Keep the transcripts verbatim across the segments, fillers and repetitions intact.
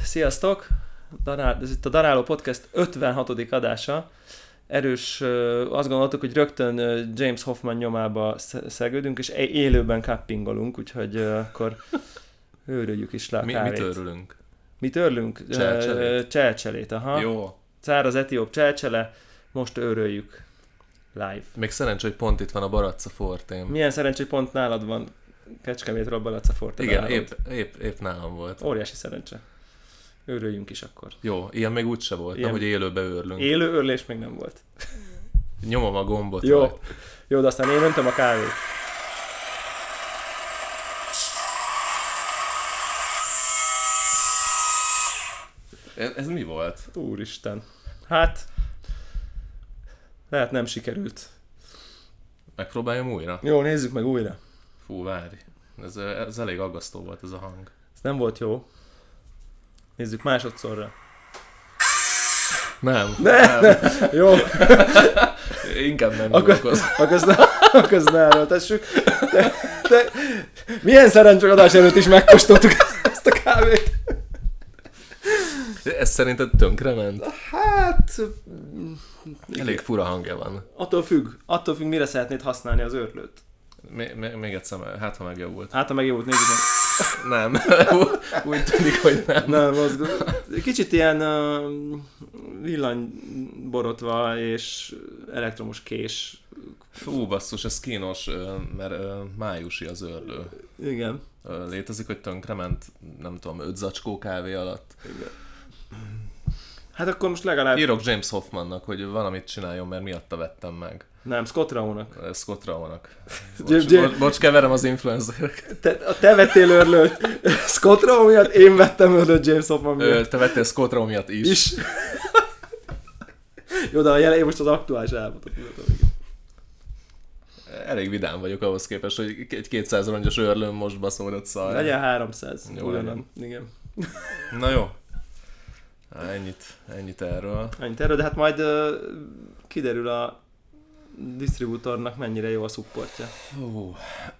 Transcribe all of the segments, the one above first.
Sziasztok! Darál, ez itt a Daráló Podcast ötvenhatodik adása. Erős, azt gondoltuk, hogy rögtön James Hoffman nyomába szegődünk, és élőben kappingolunk, úgyhogy akkor őrüljük is le a Mi, kávét. mit örülünk? Mit örülünk? Cselcselét. Cselcselét, aha. Jó. Száraz etióp cselcsele, most őröljük live. Még szerencsé, hogy pont itt van a Baratza Fortém. Milyen szerencsé, hogy pont nálad van Kecskemétről a Baratza Fortém. Igen, épp, épp, épp nálam volt. Óriási szerencse. Őröljünk is akkor. Jó, ilyen még úgyse volt, ilyen... nem, hogy élőbe őrlünk. Élő őrlés még nem volt. Nyomom a gombot. Jó, vagy. jó, de aztán én öntöm a kávét. Ez, ez mi volt? Úristen. Hát, lehet nem sikerült. Megpróbáljam újra? Jó, nézzük meg újra. Fú, várj. Ez, ez elég aggasztó volt ez a hang. Ez nem volt jó. Nézzük másodszorra. Nem. Ne, nem. ne. Jó. Inkább nem Akkor, akkor, akkor ne erőltessük. Te, te, milyen szerencsegadás előtt is megkóstoltuk ezt a kávét. Ez szerinted tönkrement? Hát... Elég fura hangja van. Attól függ. Attól függ, mire szeretnéd használni az őrlőt. Még, még, még egyszer, hát ha megjavult. Hát, ha megjavult, nézzük meg. Nem. Úgy tűnik, hogy nem. Nem, az kicsit ilyen uh, villanyborotva és elektromos kés. Fú, basszus, ez kínos, mert májusi az őrlő. Igen. Létezik, hogy tönkrement, nem tudom, öt zacskó kávé alatt. Igen. Hát akkor most legalább... Írok James Hoffmannak, hogy valamit csináljon, mert miatta vettem meg. Nem, Scott Rao-nak. Scott Rao-nak. James, Bocs, James... bocs, bocs, keverem az influencerek. Te, a te vettél őrlőt Scott Rao miatt, én vettem őrlőt James Hoffman miatt. Ö, te vettél Scott Rao miatt is. is. Jó, de a jelen, én most az aktuális állapotot mutatom. Elég vidám vagyok ahhoz képest, hogy egy kétszáz rongyos őrlőm most baszódott szar. Legyen háromszáz. Jó, legyen. Igen. Na jó. Ennyit, ennyit erről. Ennyit erről, de hát majd uh, kiderül a disztribútornak mennyire jó a szupportja. Uh.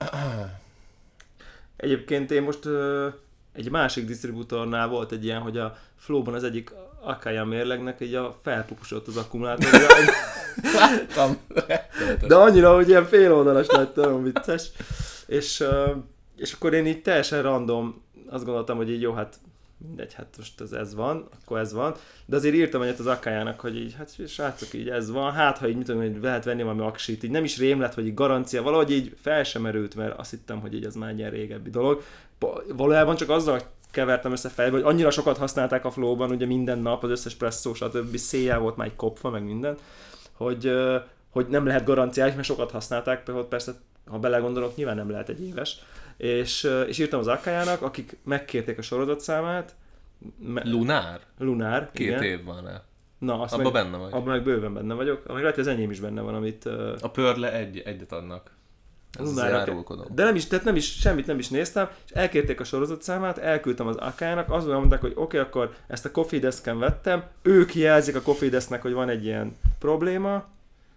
Egyébként én most uh, egy másik disztribútornál volt egy ilyen, hogy a Flow-ban az egyik Akaya mérlegnek így a felpupusott az akkumulátorja. Láttam. De annyira, hogy ilyen féloldalas lett, nagyon vicces. És, uh, és akkor én így teljesen random azt gondoltam, hogy így jó, hát mindegy, hát most ez, ez van, akkor ez van. De azért írtam egyet az Akayának, hogy így, hát srácok, így ez van, hát ha így mit tudom, hogy lehet venni valami aksit, így nem is rém lett, hogy így garancia, valahogy így fel sem erőlt, mert azt hittem, hogy így ez már egy ilyen régebbi dolog. Valójában csak azzal kevertem össze fejbe, hogy annyira sokat használták a Flow-ban, ugye minden nap, az összes presszó, stb. Széjjel volt már egy kopva, meg minden, hogy, hogy nem lehet garanciális, mert sokat használták, például persze, ha belegondolok, nyilván nem lehet egy éves. És, és írtam az Akayának, akik megkérték a sorozatszámát. Me- Lunár? Lunár, Két igen. év van rá. Na, azt abban meg, benne vagy. Abban meg bőven benne vagyok. Amíg lehet, hogy az enyém is benne van, amit... Uh, a Pörle egy, egyet adnak. Ez az árulkodom. De nem is, tehát nem is, semmit nem is néztem, és elkérték a sorozatszámát, elküldtem az Akayának, azon mondták, hogy oké, okay, akkor ezt a Coffee Desk-en vettem, ők jelzik a Coffee Desk-nek, hogy van egy ilyen probléma,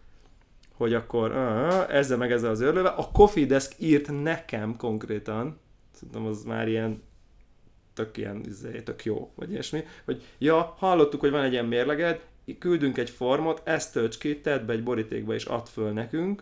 hogy akkor uh, ezzel meg ezzel az őrlővel. A Coffee Desk írt nekem konkrétan, szerintem az már ilyen tök ilyen, tök jó, vagy ilyesmi, hogy ja, hallottuk, hogy van egy ilyen mérleged, küldünk egy formot, ezt tölts ki, tedd be egy borítékba és add föl nekünk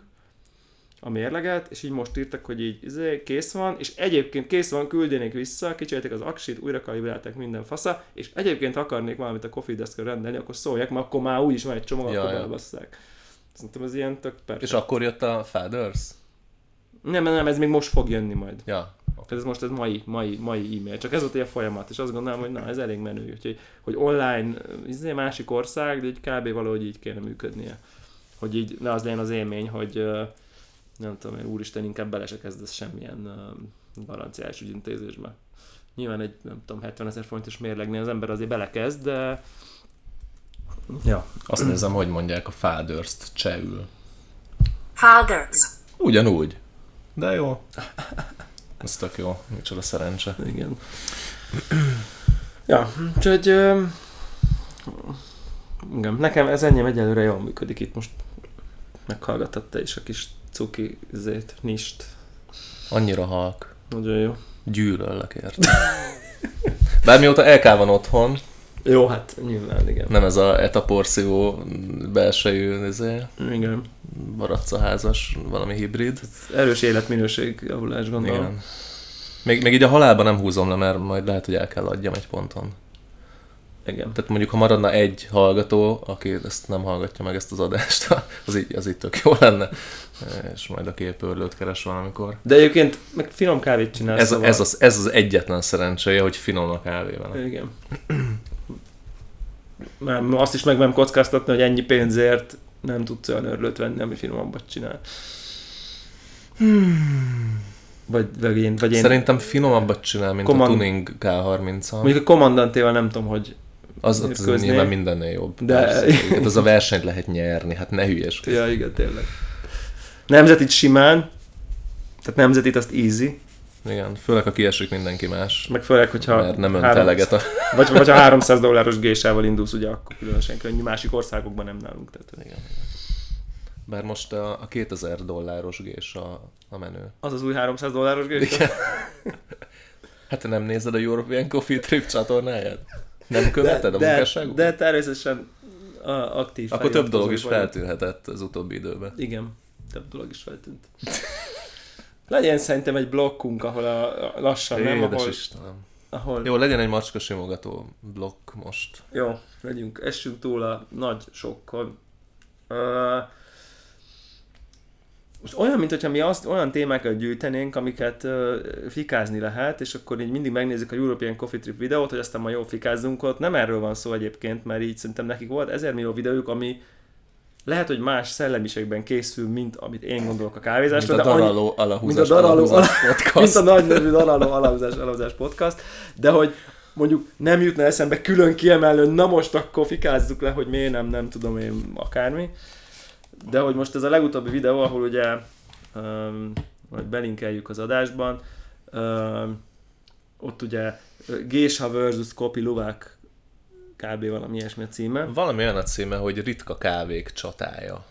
a mérleget, és így most írtak, hogy így izé, kész van, és egyébként kész van, küldjenék vissza, kicserélték az aksit, újra kalibrálták minden fasza, és egyébként akarnék valamit a Coffee Desk-re rendelni, akkor szólják, mert akkor már úgyis van egy csomag, ja, akkor ja. belbasszák. Szerintem ez ilyen tök perfekt. És akkor jött a Fathers? Nem, nem, ez még most fog jönni majd. Ja. Ez most ez mai, mai, mai e-mail, csak ez volt egy folyamat, és azt gondolom, hogy na, ez elég menő, úgyhogy, hogy online, ez egy másik ország, de így kb. Valahogy így kéne működnie. Hogy így ne az legyen az élmény, hogy nem tudom én, úristen, inkább bele se kezdesz semmilyen garanciás ügyintézésbe. Nyilván egy, nem tudom, hetvenezer forintos mérlegnél az ember azért belekezd, de... Ja. Azt nézem, hogy mondják a Fathers-t csehül. Fathers. Ugyanúgy. De jó. Ez tök jó. Micsoda szerencse. Igen. Ja, úgyhogy... Uh, igen, nekem ez ennyi egyelőre jól működik itt most. Meghallgattad te is a kis cuki zét, nist. Annyira halk. Nagyon jó. Gyűlöllek érte. Bár mióta el ká van otthon, Jó, hát nyilván, igen. nem ez a etaporszívó belsejű, Igen. baracaházas, valami hibrid. Erős életminőség javulás, gondolom. Igen. Még, még így a halálban nem húzom le, mert majd lehet, hogy el kell adjam egy ponton. Igen. Tehát mondjuk, ha maradna egy hallgató, aki ezt nem hallgatja meg ezt az adást, az így, az így tök jó lenne. És majd a képőrlőt keres valamikor. De egyébként meg finom kávét csinálsz. Ez, szóval... ez, az, ez az egyetlen szerencséje, hogy finom a kávé vele. Igen. Már azt is meg nem kockáztatni, hogy ennyi pénzért nem tudsz olyan örlőt venni, ami finomabbat csinál. Hmm. Vagy, vagy, én, vagy én... Szerintem finomabbat csinál, mint Command... a Tuning ká harminccal. Mondjuk a Commandantéval nem tudom, hogy az, az nyilván mindennél jobb. De... Hát az a versenyt lehet nyerni, hát ne hülyeskedj. Ja, igen, tényleg. Nemzetit simán, tehát nemzetit azt easy. Igen, főleg ha kiesik mindenki más. Meg főleg, hogyha... Mert nem önt eleget a... Vagy, vagy ha háromszáz dolláros gésával indulsz, ugye akkor különösen könnyű, másik országokban nem nálunk. Tehát... Igen. Bár most a, a kétezer dolláros gés a, a menő. Az az új háromszáz dolláros gés? Igen. Hát te nem nézed a European Coffee Trip csatornáját? Nem követed de, a munkásságot? De, de természetesen a, aktív. Akkor több dolog is feltűnhetett az utóbbi időben. Igen, több dolog is feltűnt. Legyen szerintem egy blokkunk, ahol a, a lassan Édes nem, ahol... Istenem. Ahol... Jó, legyen egy macska simogató blokk most. Jó, legyünk, essünk túl a nagy sokkon. Uh, most olyan, mint hogyha mi azt, olyan témákat gyűjtenénk, amiket uh, fikázni lehet, és akkor így mindig megnézzük a European Coffee Trip videót, hogy aztán majd jól fikázzunk ott. Nem erről van szó egyébként, mert így szerintem nekik volt ezer millió videójuk, ami lehet, hogy más szellemiségben készül, mint amit én gondolok a kávézásról. Mint a Daraló Alahúzás podcast. Mint a nagy nevű Daraló Alahúzás Alahúzás podcast. De hogy mondjuk nem jutna eszembe külön kiemelni, hogy na most akkor fikázzuk le, hogy miért nem, nem tudom én akármi. De hogy most ez a legutóbbi videó, ahol ugye um, majd belinkeljük az adásban, um, ott ugye Gésa versus Kopi Luwak kb. Valami ilyesmi a címe. Valami olyan a címe, hogy ritka kávék csatája.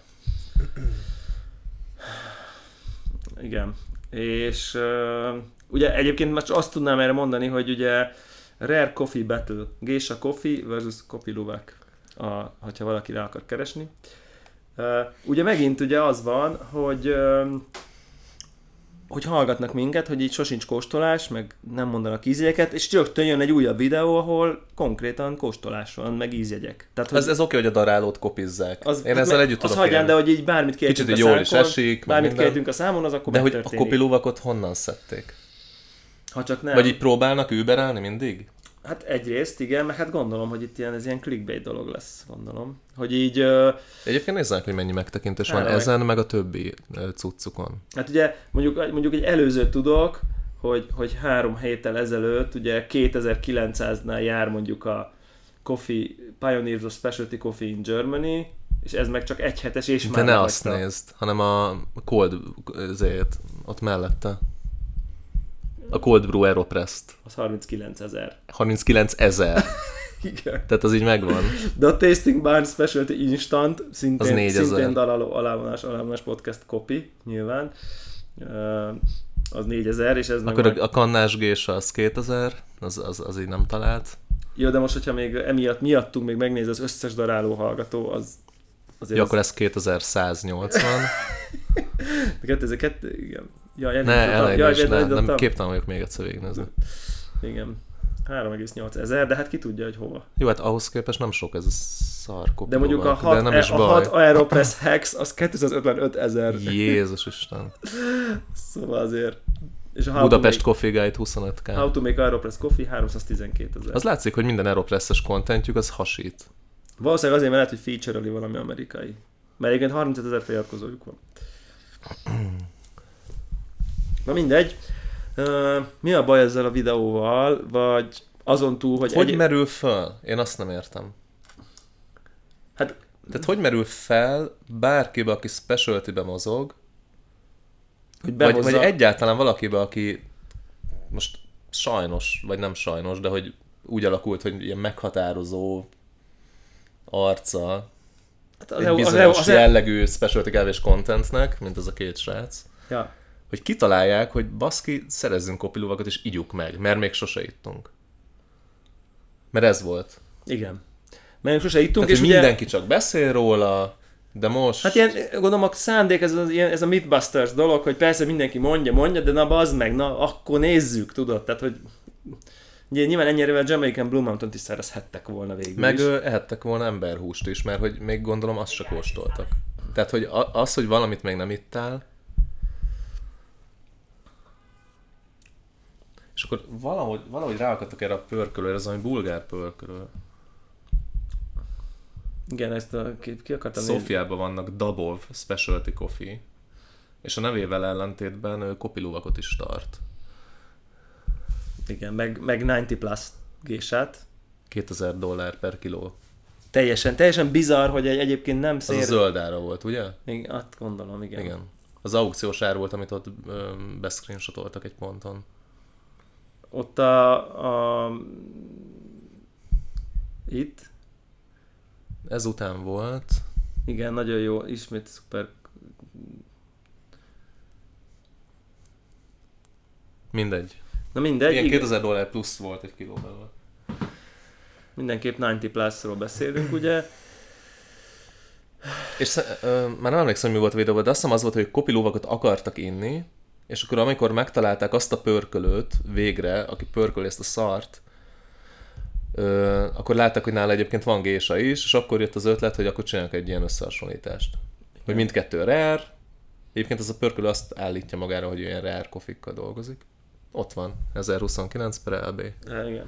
Igen. És uh, ugye egyébként már azt tudnám erre mondani, hogy ugye Rare Coffee Battle, Gésa Coffee versus Kopi Luwak, a, hogyha valaki rá akar keresni. Uh, ugye megint ugye az van, hogy uh, hogy hallgatnak minket, hogy így sosincs kóstolás, meg nem mondanak ízjegyeket, és rögtön jön egy újabb videó, ahol konkrétan kóstolás van, meg ízjegyek. Tehát, hogy ez, ez oké, hogy a darálót kopizzák. Az, Én ezzel együtt az tudok hagyján, élni. de hogy így bármit kértünk a jól is szánkon, esik, bármit kértünk a számon, az akkor de megtörténik. hogy a Kopi Luwakot honnan szedték? Ha csak nem. Vagy így próbálnak überelni mindig? Hát egyrészt igen, meg hát gondolom, hogy itt ilyen, ez ilyen clickbait dolog lesz, gondolom. Hogy így... Uh, Egyébként nézzenek, hogy mennyi megtekintés van Három. ezen, meg a többi cuccukon. Hát ugye mondjuk, mondjuk egy előzőt tudok, hogy, hogy három héttel ezelőtt, ugye kétezer-kilencszáznál jár mondjuk a Coffee, Pioneers of Specialty Coffee in Germany, és ez meg csak egy hetes, és De már ne lehagyta. azt nézd, hanem a Cold zét, ott mellette. A Cold Brew Aeropress-t. Az harminckilencezer. harminckilencezer. Igen. Tehát az így megvan. De a Tasting Barn Specialty Instant szintén, Az négyezer. szintén Daraló Alávonás Alávonás Podcast copy, nyilván. Uh, az négyezer, és ez Akkor meg... a, a kannás gésa az kétezer, az, az, az így nem talált. Jó, de most, hogyha még emiatt miattunk még megnéz az összes daráló hallgató, az... Jó, akkor ez kétezer-száznyolcvan. kétezer-kettő, igen. Jaj, ne, elejés, jaj, ne, nem képtelen vagyok még egyszer végignézni. Igen. három egész nyolc ezer, de hát ki tudja, hogy hova. Jó, hát ahhoz képest nem sok ez a szar Kopi De mondjuk Luwak, a hat, de nem is a baj. hat Aeropress Hex az kétszázötvenöt ezer. Jézus Isten. Szóval azért... És a Budapest Coffee Guide huszonöt ká. How to make Aeropress Coffee háromszáztizenkét ezer. Az látszik, hogy minden Aeropress-es contentjük az hasít. Valószínűleg azért, mert lehet, hogy feature-öli valami amerikai. Mert egyébként harmincöt ezer feliratkozójuk van. Na mindegy. Uh, mi a baj ezzel a videóval, vagy azon túl, hogy... Hogy egy... merül föl? Én azt nem értem. Hát... Tehát hogy merül fel bárkibe, aki specialty-be mozog, hogy vagy, vagy egyáltalán valakibe, aki most sajnos, vagy nem sajnos, de hogy úgy alakult, hogy ilyen meghatározó arca hát az egy bizonyos az jellegű az specialty kávés contentnek, mint az a két srác, ja. hogy kitalálják, hogy baszki, szerezzünk Kopi Luwakot és igyuk meg, mert még sose ittunk. Mert ez volt. Igen. Mert sose ittunk, Tehát, és ugye... ugye... mindenki csak beszél róla, de most... Hát ilyen, gondolom a szándék, ez a, ez a Mythbusters dolog, hogy persze mindenki mondja, mondja, de na bazd meg, na akkor nézzük, tudod, tehát hogy ugye, nyilván ennyire a Jamaican Blue Mountain-t is szerezhettek volna végül Meg is. ö, ehettek volna emberhúst is, mert hogy még gondolom azt se kóstoltak. Tehát, hogy az, hogy valamit még nem ittál, és akkor valahogy, valahogy ráakadtak erre a pörkölőre, ez ami bulgár pörkölő. Igen, ezt a, ki, ki akartam nézni. Szófiában vannak Dabov Specialty Coffee, és a nevével ellentétben ő kopiluvakot is tart. Igen, meg, meg kilencven plus gésát. kétezer dollár per kiló. Teljesen, teljesen bizarr, hogy egy, egyébként nem Az szér... a zöld ára volt, ugye? Igen, azt gondolom, igen. Igen. Az aukciós ár volt, amit ott ö, beszcreenshotoltak egy ponton. Ott a, a... Itt? Ezután volt... Igen, nagyon jó, ismét szuper. Mindegy. Na mindegy, Igen, igen. kétezer dollár plusz volt egy kiló belőle. Mindenképp kilencven plusról beszélünk, ugye? És sze- ö, már nem emlékszem, mi volt a videóban, de azt hiszem az volt, hogy kopilóvakat akartak inni, és akkor amikor megtalálták azt a pörkölőt végre, aki pörköli ezt a szart, ö, akkor látták, hogy nála egyébként van gésa is, és akkor jött az ötlet, hogy akkor csinálják egy ilyen összehasonlítást. Hogy mindkettő rare, egyébként ez a pörkölő azt állítja magára, hogy ilyen rare kofikkal dolgozik. Ott van, ezerhuszonkilenc per el bé. Ja, igen.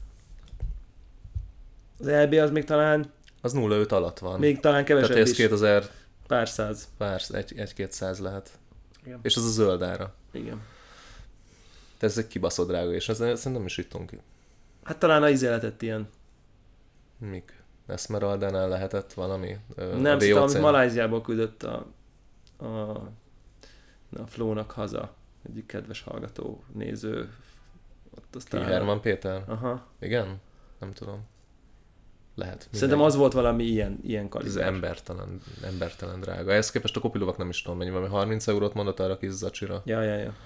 Az el bé az még talán, Az nulla öt alatt van. még talán kevesebb Tehát ez is. kétezer Pár száz. pár, egy, egy-kétszáz lehet. Igen. És az a zöld ára. Igen. Tehát ez egy kibaszott drága, és ez szerintem is ittunk. Hát talán a izé lehetett ilyen. Mik? Esmeraldánál lehetett valami? Ö, Nem, a szerintem, amit dé o cén? Malajziából küldött a, a, a Flow-nak haza. Egyik kedves hallgató, néző. Ott Ki, aztán... Herman Péter? Aha. Igen? Nem tudom. Lehet. Szerintem az volt valami ilyen, ilyen Ez kaliber. embertelen, embertelen drága. Ehhez képest a kopilóvak nem is tudom mennyi, valami harminc eurót mondott arra a kis zacsira. Ja, ja, ja.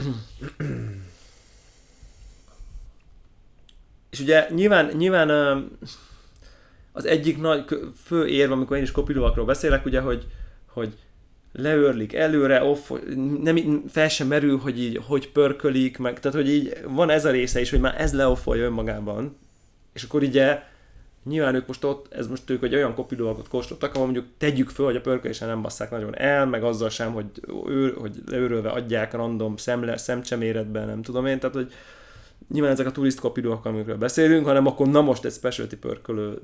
És ugye nyilván, nyilván az egyik nagy fő érv, amikor én is kopilóvakról beszélek, ugye, hogy, hogy leörlik előre, off, nem, fel sem merül, hogy így, hogy pörkölik, meg, tehát, hogy így van ez a része is, hogy már ez leoffolja önmagában, és akkor ugye nyilván ők most ott, ez most ők, hogy olyan kopilóvakat kóstoltak, ahol mondjuk tegyük föl, hogy a pörkölésen nem basszák nagyon el, meg azzal sem, hogy, őr, hogy leőrölve adják random szemle, szemcseméretben, nem tudom én, tehát hogy nyilván ezek a turist kopilóvak, amikről beszélünk, hanem akkor na most egy specialty pörkölő.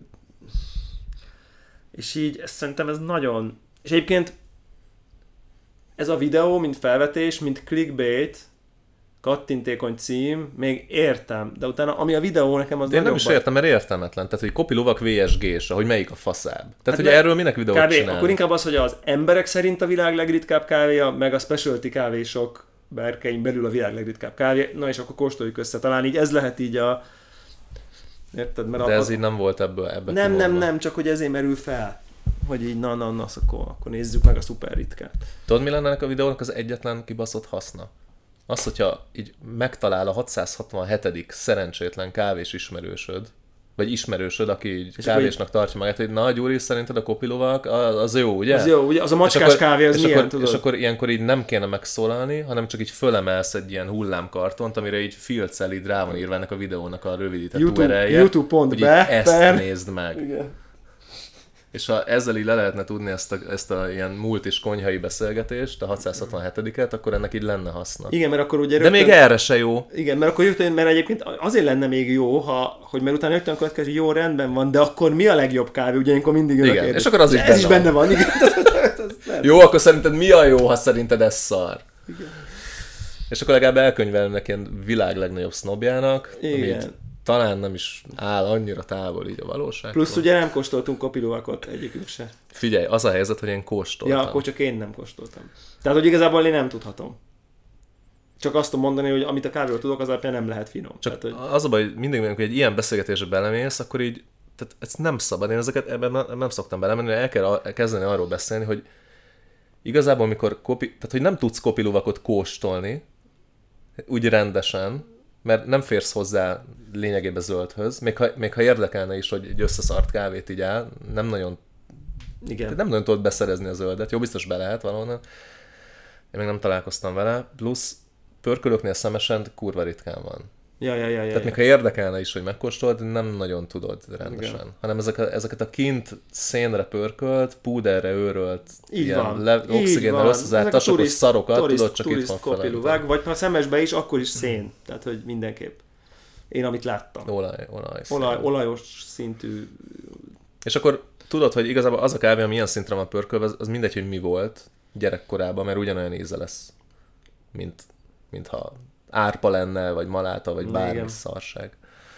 És így ezt szerintem ez nagyon... És egyébként ez a videó, mint felvetés, mint clickbait, kattintékony cím, még értem, de utána ami a videó nekem az De én nem nagyobb is baj. értem, mert értelmetlen. Tehát, hogy kopilóvak vé es gés, hogy melyik a faszább. Tehát, Hát hogy mert erről minek videót Kb. csinálni? Akkor inkább az, hogy az emberek szerint a világ legritkább kávéja, meg a specialty kávésok berkein belül a világ legritkább kávé. Na és akkor kóstoljuk össze. Talán így ez lehet így a... Érted? Mert De a... ez így nem volt ebből ebbe Nem, nem, kimondva. nem, csak hogy ezért merül fel. Hogy így na, na, na, akkor, akkor nézzük meg a szuper ritkát. Tudod, mi lenne ennek a videónak az egyetlen kibaszott haszna? Az, hogyha így megtalál a hatszázhatvanhetedik szerencsétlen kávés ismerősöd, vagy ismerősöd, aki így És kávésnak tartja magát, hogy na, Gyuri, szerinted a kopilóvak, az jó, ugye? Az jó, ugye? Az a És macskás akkor- kávé, az és milyen, akkor, tudod? És akkor ilyenkor így nem kéne megszólalni, hanem csak így fölemelsz egy ilyen hullámkartont, amire így filccel így rá van írva ennek a videónak a rövidített YouTube- u er el-je, youtube pont hogy be így ezt per- nézd meg. Igen. És ha ezzel így le lehetne tudni ezt a, ezt a ilyen múlt és konyhai beszélgetést, a hatszázhatvanhetediket, akkor ennek így lenne haszna. Igen, mert akkor ugye De még erre se jó. Igen, mert akkor jöttön, mert egyébként azért lenne még jó, ha, hogy mert utána jöttön a következő, jó, rendben van, de akkor mi a legjobb kávé? Ugye ilyenkor mindig jön a Igen, kérdés. és akkor az is Ez benne is van. benne van, igen. Ez nem. Jó, akkor szerinted mi a jó, ha szerinted ez szar? Igen. És akkor legalább elkönyvelnek ilyen világ legnagyobb sznobjának, Igen. amit talán nem is áll annyira távol így a valóság. Plusz ugye nem kóstoltunk kopilóvakot egyikünk se. Figyelj, az a helyzet, hogy én kóstoltam. Ja, akkor csak én nem kóstoltam. Tehát, hogy igazából én nem tudhatom. Csak azt tudom mondani, hogy amit a kávéról tudok, az alapján nem lehet finom. Csak Tehát, hogy... az a baj, hogy mindig, amikor egy ilyen beszélgetésbe belemész, akkor így, tehát ez nem szabad, én ezeket ebben nem, nem szoktam belemenni, el kell kezdeni arról beszélni, hogy igazából, mikor kopi, tehát hogy nem tudsz kopilóvakot kóstolni, úgy rendesen, mert nem férsz hozzá lényegében zöldhöz, még ha, még ha érdekelne is, hogy egy összeszart kávét így áll, nem nagyon, Igen. nem nagyon tudod beszerezni a zöldet, jó, biztos be lehet valahonnan, én még nem találkoztam vele, plusz pörkölőknél szemesen kurva ritkán van. Ja, ja, ja, ja, Tehát ja. még ha érdekelne is, hogy megkóstold, nem nagyon tudod rendesen. Igen. Hanem ezek a, ezeket a kint szénre pörkölt, púderre őrölt, Így ilyen van. le, Így oxigénnel van. összezárt Ezek a tasakos turist- szarokat, turist- tudod, csak itt turist van kopiluvák, felejtve. vagy ha szemesbe is, akkor is szén. Tehát, hogy mindenképp. Én amit láttam. Olaj, olaj. Olaj, szén. olajos szintű. És akkor tudod, hogy igazából az a kávé, ami ilyen szintre van pörkölve, az, az mindegy, hogy mi volt gyerekkorában, mert ugyanolyan íze lesz, mint, mint ha árpa lenne, vagy maláta, vagy bármi Igen. szarság.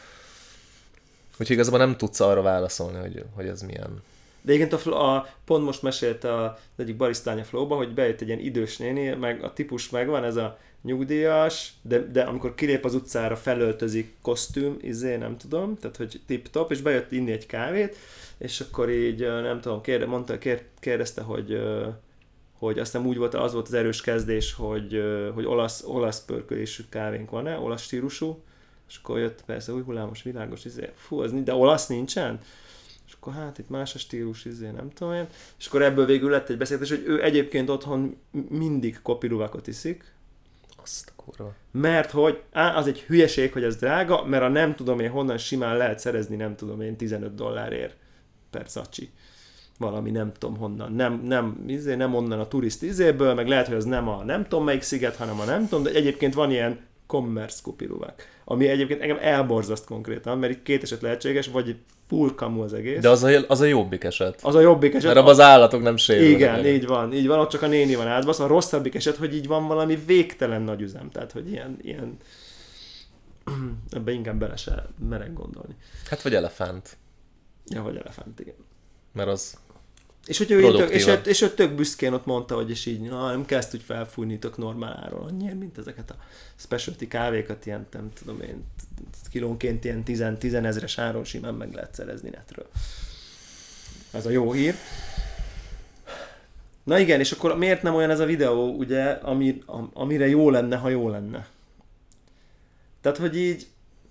Úgyhogy igazából nem tudsz arra válaszolni, hogy, hogy ez milyen. De egyébként a, Flo- a, pont most mesélte az egyik barisztánya Flowba, hogy bejött egy ilyen idős néni, meg a típus megvan, ez a nyugdíjas, de, de amikor kilép az utcára, felöltözik kosztüm, izé, nem tudom, tehát hogy tip-top, és bejött inni egy kávét, és akkor így, nem tudom, kérde, mondta, kér, kérdezte, hogy, hogy aztán úgy volt, az volt az erős kezdés, hogy, hogy olasz, olasz pörkölésű kávénk van-e, olasz stílusú, és akkor jött persze új hullámos, világos, izé, fú, az, de olasz nincsen? És akkor hát itt más a stílus, izé, nem tudom én. És akkor ebből végül lett egy beszélgetés, hogy ő egyébként otthon mindig kopiluvakot iszik, Azt a kurva. mert hogy á, az egy hülyeség, hogy ez drága, mert a nem tudom én honnan simán lehet szerezni, nem tudom én, tizenöt dollárért per szacsi. Valami nem tudom honnan, nem, nem, izé, nem onnan a turist izéből, meg lehet, hogy az nem a nem tudom melyik sziget, hanem a nem tudom, de egyébként van ilyen commerce kopiluvák, ami egyébként engem elborzaszt konkrétan, mert itt két eset lehetséges, vagy full kamu az egész. De az a, az a jobbik eset. Az a jobbik eset. Mert abban az állatok nem sérülnek. Igen, meg. így van, így van, ott csak a néni van átbasz, a rosszabbik eset, hogy így van valami végtelen nagy üzem, tehát hogy ilyen, ilyen ebbe inkább bele se merek gondolni. Hát vagy elefánt. Ja, vagy elefánt, igen. Mert az... És hogy ő, így tök, és, Produktívabb. ő, és ő tök büszkén ott mondta, hogy és így, na, nem kezd úgy felfújni tök normál áron annyiért, mint ezeket a specialty kávékat, ilyen, nem tudom én, kilónként ilyen tíz-ezres áron simán meg lehet szerezni netről. Ez a jó hír. Na igen, és akkor miért nem olyan ez a videó, ugye, ami, am, amire jó lenne, ha jó lenne? Tehát, hogy így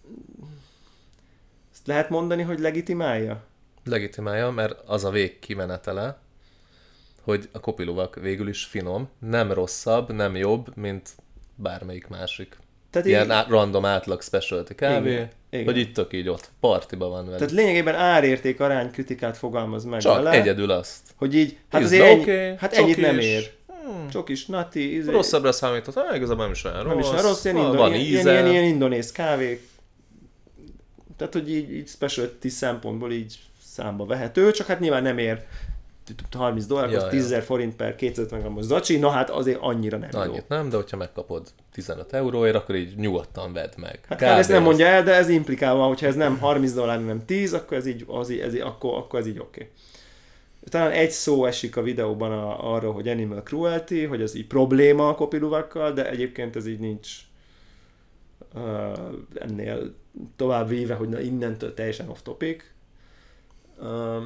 ezt lehet mondani, hogy legitimálja? legitimálja, mert az a végkimenetele, hogy a kopiluvak végül is finom, nem rosszabb, nem jobb, mint bármelyik másik. Tehát Ilyen így, á- random átlag specialty kávé, Igen, igen. hogy itt tök így ott, partiba van vele. tehát lényegében árérték arány kritikát fogalmaz meg Csak vele, egyedül azt. hogy így, hát Ízd azért ennyi, oké, hát ennyit nem csokis. ér. Hmm. Csokis, nati, izé, Rosszabbra számított, ah, igazából nem is olyan nem rossz. is olyan rossz, ilyen, ah, indon, van ilyen, íze. ilyen, ilyen, ilyen indonéz kávé. Tehát, hogy így, így specialty szempontból így számba vehető, csak hát nyilván nem ér harminc dollár, Ja, az ja. tízezer forint per kétszázötven grammos zacsi, na hát azért annyira nem Annyit jó. nem, de hogyha megkapod tizenöt euróért, akkor így nyugodtan vedd meg. Hát Kb. kár, ezt nem az. mondja el, de ez implikálva, hogyha ez nem harminc dollár, hanem tíz, akkor ez így, az, így- ez így, akkor, akkor ez így oké. Okay. Talán egy szó esik a videóban a, arról, hogy animal cruelty, hogy ez így probléma a kopiluvakkal, de egyébként ez így nincs uh, ennél tovább véve, hogy na innentől teljesen off topic. Um,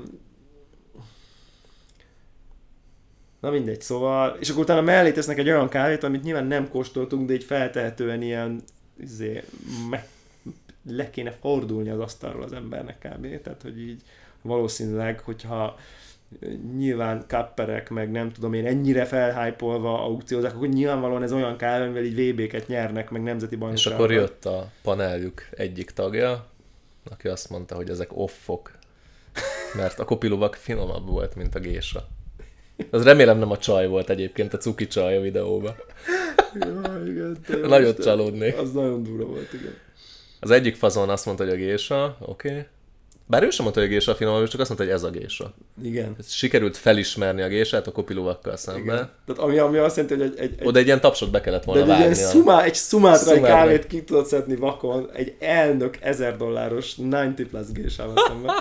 na mindegy, szóval, és akkor utána mellé tesznek egy olyan kávét, amit nyilván nem kóstoltunk, de így feltehetően ilyen izé, me, le kéne fordulni az asztalról az embernek kb. Tehát, hogy így valószínűleg, hogyha nyilván kapperek, meg nem tudom én, ennyire felhájpolva aukciózák, akkor nyilvánvalóan ez olyan kávé, amivel így vé béket nyernek, meg nemzeti És bajnokságokat. akkor jött a paneljük egyik tagja, aki azt mondta, hogy ezek offok, mert a kopiluvak finomabb volt, mint a gésa. Az remélem nem a csaj volt egyébként, a cuki csaj a videóban. Ja, igen, te jó Nagyot Isten. csalódnék. Az nagyon durva volt, igen. Az egyik fazon azt mondta, hogy a gésa, oké. Okay. Bár ő sem mondta, hogy a gésa finomabb, ő csak azt mondta, hogy ez a gésa. Igen. Sikerült felismerni a gésát a kopiluvakkal szemben. Igen. Tehát ami, ami azt jelenti, hogy egy, egy, egy Oda egy ilyen tapsot be kellett volna de egy ilyen vágni. szumá, egy szumátrai Szumátrai. kávét ki tudod szedni vakon, egy elnök ezer dolláros kilencven plusz gésával szemben.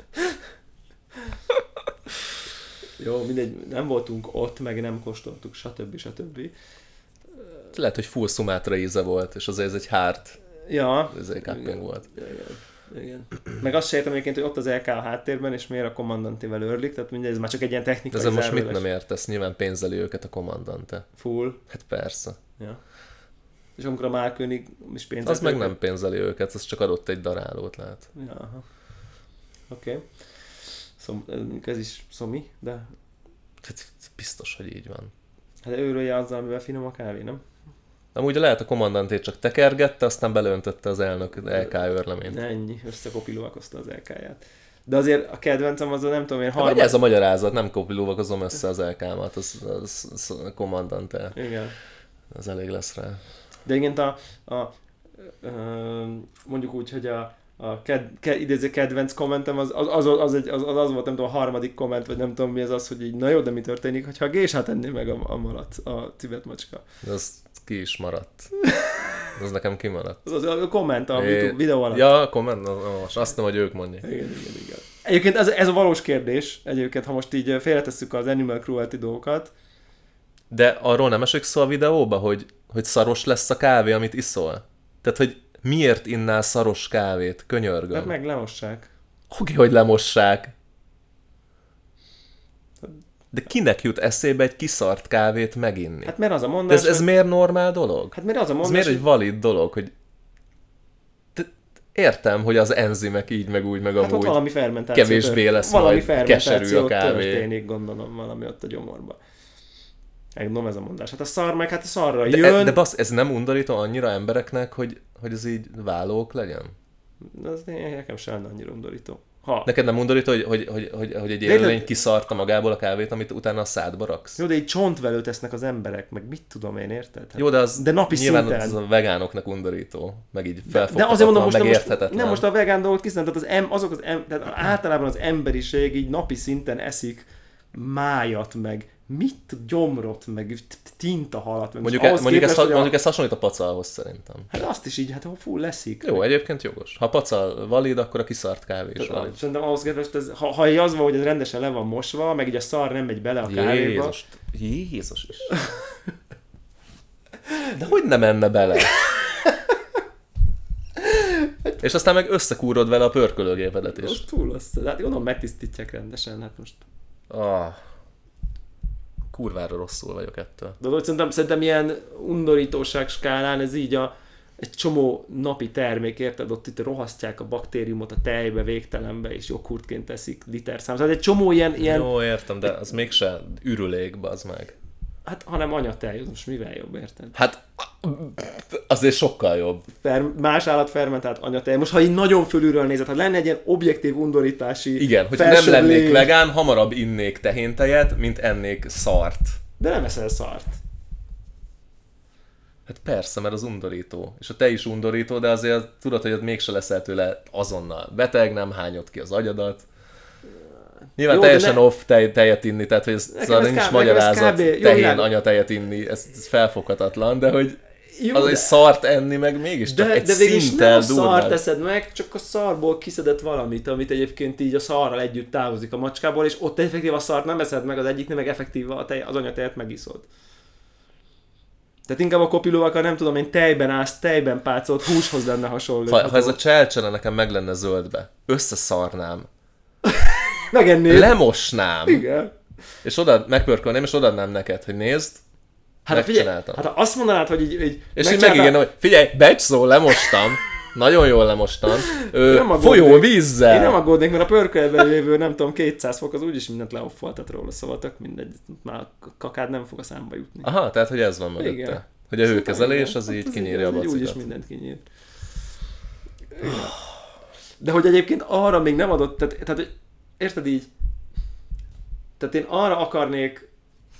Jó, mindegy, nem voltunk ott, meg nem kóstoltuk, stb. stb. Lehet, hogy full Sumatra íze volt, és azért ez egy hard Ja. ez egy cupping volt. Igen. Igen. Meg azt se értem egyébként, hogy ott az el ká a háttérben, és miért a kommandantével őrlik, tehát mindegy, ez már csak egy ilyen De technikai ezzel most mit zárójeles. nem értesz? Nyilván pénzeli őket a kommandante. Full. Hát persze. Ja. és amikor a Márkönig is pénzelt. Az meg nem pénzeli őket, az csak adott egy darálót, lehet. Ja, aha. Oké. Okay. Szom, ez is szomi, de... Hát biztos, hogy így van. Hát őrölje azzal, amivel finom a kávé, nem? Amúgy lehet a kommandantét csak tekergette, aztán belöntötte az elnök el ká őrleményt. Ennyi, összekopilóvakozta az el ká-ját. De azért a kedvencem az, nem tudom én, harmad... Vagy ez a magyarázat, nem kopilóvakozom össze az el ká-mat, az, az, az kommandante. Igen. Ez elég lesz rá. De igen, a, a, a, mondjuk úgy, hogy a, a ked, ked, idéző kedvenc kommentem az az, az, az, egy, az, az, az volt, nem tudom, a harmadik komment, vagy nem tudom mi ez az, hogy így, na jó, de mi történik, hogyha a gésát enné meg a, a malac, a tibet macska. De az ki is maradt. Az nekem kimaradt. Az, az a komment a é... videó alatt. Ja, a komment, most azt nem, hogy ők mondják. Igen, igen, igen. Egyébként ez, ez a valós kérdés, egyébként, ha most így félretesszük az animal cruelty dolgokat. De arról nem esik szó a videóba, hogy, hogy szaros lesz a kávé, amit iszol? Tehát, hogy miért innál szaros kávét? Könyörgöm. Hát meg lemossák. Oké, hogy lemossák. De kinek jut eszébe egy kiszart kávét meginni? Hát mert az a mondás... Ez, ez hogy... miért normál dolog? Hát mert az a mondás... Ez miért egy valid dolog, hogy... Értem, hogy az enzimek így, meg úgy, meg hát amúgy valami fermentáció kevésbé tört... lesz valami majd keserű a kávé. történik, gondolom, valami ott a gyomorban. Megmondom, ez a mondás. Hát a szar meg, hát a szarra de, jön... De basz, ez nem undorító annyira embereknek, hogy, hogy ez így vállók legyen? Az nekem se lenne annyira undorító. Ha. Neked nem undorító, hogy, hogy, hogy, hogy, hogy egy élőlény kiszarta magából a kávét, amit utána a szádba raksz? Jó, de így csontvelőt esznek az emberek, meg mit tudom én, érted? Hát, jó, de az de napi nyilván szinten. Az a vegánoknak undorító, meg így de azért mondom, most, megérthetetlen. Nem most a vegán dolgot kiszem, tehát az em, azok az em, tehát általában az emberiség így napi szinten eszik májat, meg mit gyomrot, meg tintahalat. Meg mondjuk, e, mondjuk, képest, ezt, ha, a... mondjuk ezt hasonlít a pacalhoz szerintem. Hát azt is így, hát full leszik. Jó, egyébként jogos. Ha a pacal valid, akkor a kiszart kávé is valid. Szerintem ahhoz képest, ez, ha, ha az van, hogy ez rendesen le van mosva, meg így a szar nem megy bele a kávéba. Jézus, Jézus is. De hogy nem menne bele? És aztán meg összekúrod vele a pörkölőgépedet is. Most túl azt, hát gondolom megtisztítják rendesen, hát most... Ah, kurvára rosszul vagyok ettől. De hogy szerintem, szerintem ilyen undorítóság skálán ez így a, egy csomó napi termék, érted? Ott itt rohasztják a baktériumot a tejbe, végtelenbe, és joghurtként teszik literszám. Tehát egy csomó ilyen... ilyen... Jó, értem, de az mégse ürülék, bazd meg. Hát, hanem anyatej, az most mivel jobb, érted? Hát, azért sokkal jobb. Fer- más állat fermentált anyatej. Most, ha így nagyon fölülről nézed, ha lenne egy ilyen objektív undorítási... Igen, hogyha nem lennék lény... vegán, hamarabb innék tehéntejet, mint ennék szart. De nem eszel szart. Hát persze, mert az undorító. És a te is undorító, de azért tudod, hogy mégse leszel tőle azonnal beteg, nem hányod ki az agyadat. Nyilván jó, teljesen ne... off tej, tejet inni, tehát hogy ez, ez nincs kb, magyarázat, kb... tehén jó, anyatejet inni, ez, ez felfoghatatlan, de hogy jó, az de... egy szart enni meg mégiscsak de, egy de végig nem a szart durván. eszed meg, csak a szarból kiszedett valamit, amit egyébként így a szarral együtt távozik a macskából, és ott effektív a szart nem eszed meg, az egyiknél meg effektív a tej, az anyatejet megiszod. Tehát inkább a kopilóval, nem tudom én, tejben állsz, tejben pácolt, húshoz lenne hasonló. Ha, ha ez a cselcsele nekem meg lenne zöldbe, összeszarnám. Megennéd. Lemosnám. Igen. És oda megpörkölném, és odaadnám neked, hogy nézd, hát figyelj, hát ha azt mondanád, hogy így... így és így megígérne, hogy figyelj, becs szó, lemostam. Nagyon jól lemostam. Ö, folyó vízzel. Én nem aggódnék, mert a pörkölben lévő, nem tudom, kétszáz fok, az úgyis mindent leoffoltat róla, szóval tök mindegy. Már a kakád nem fog a számba jutni. Aha, tehát hogy ez van mögötte. Igen. Hogy a hőkezelés az így kinyírja a bacikat. Úgyis mindent kinyír. De hogy egyébként arra még nem adott, tehát, tehát hogy érted így? Tehát én arra akarnék,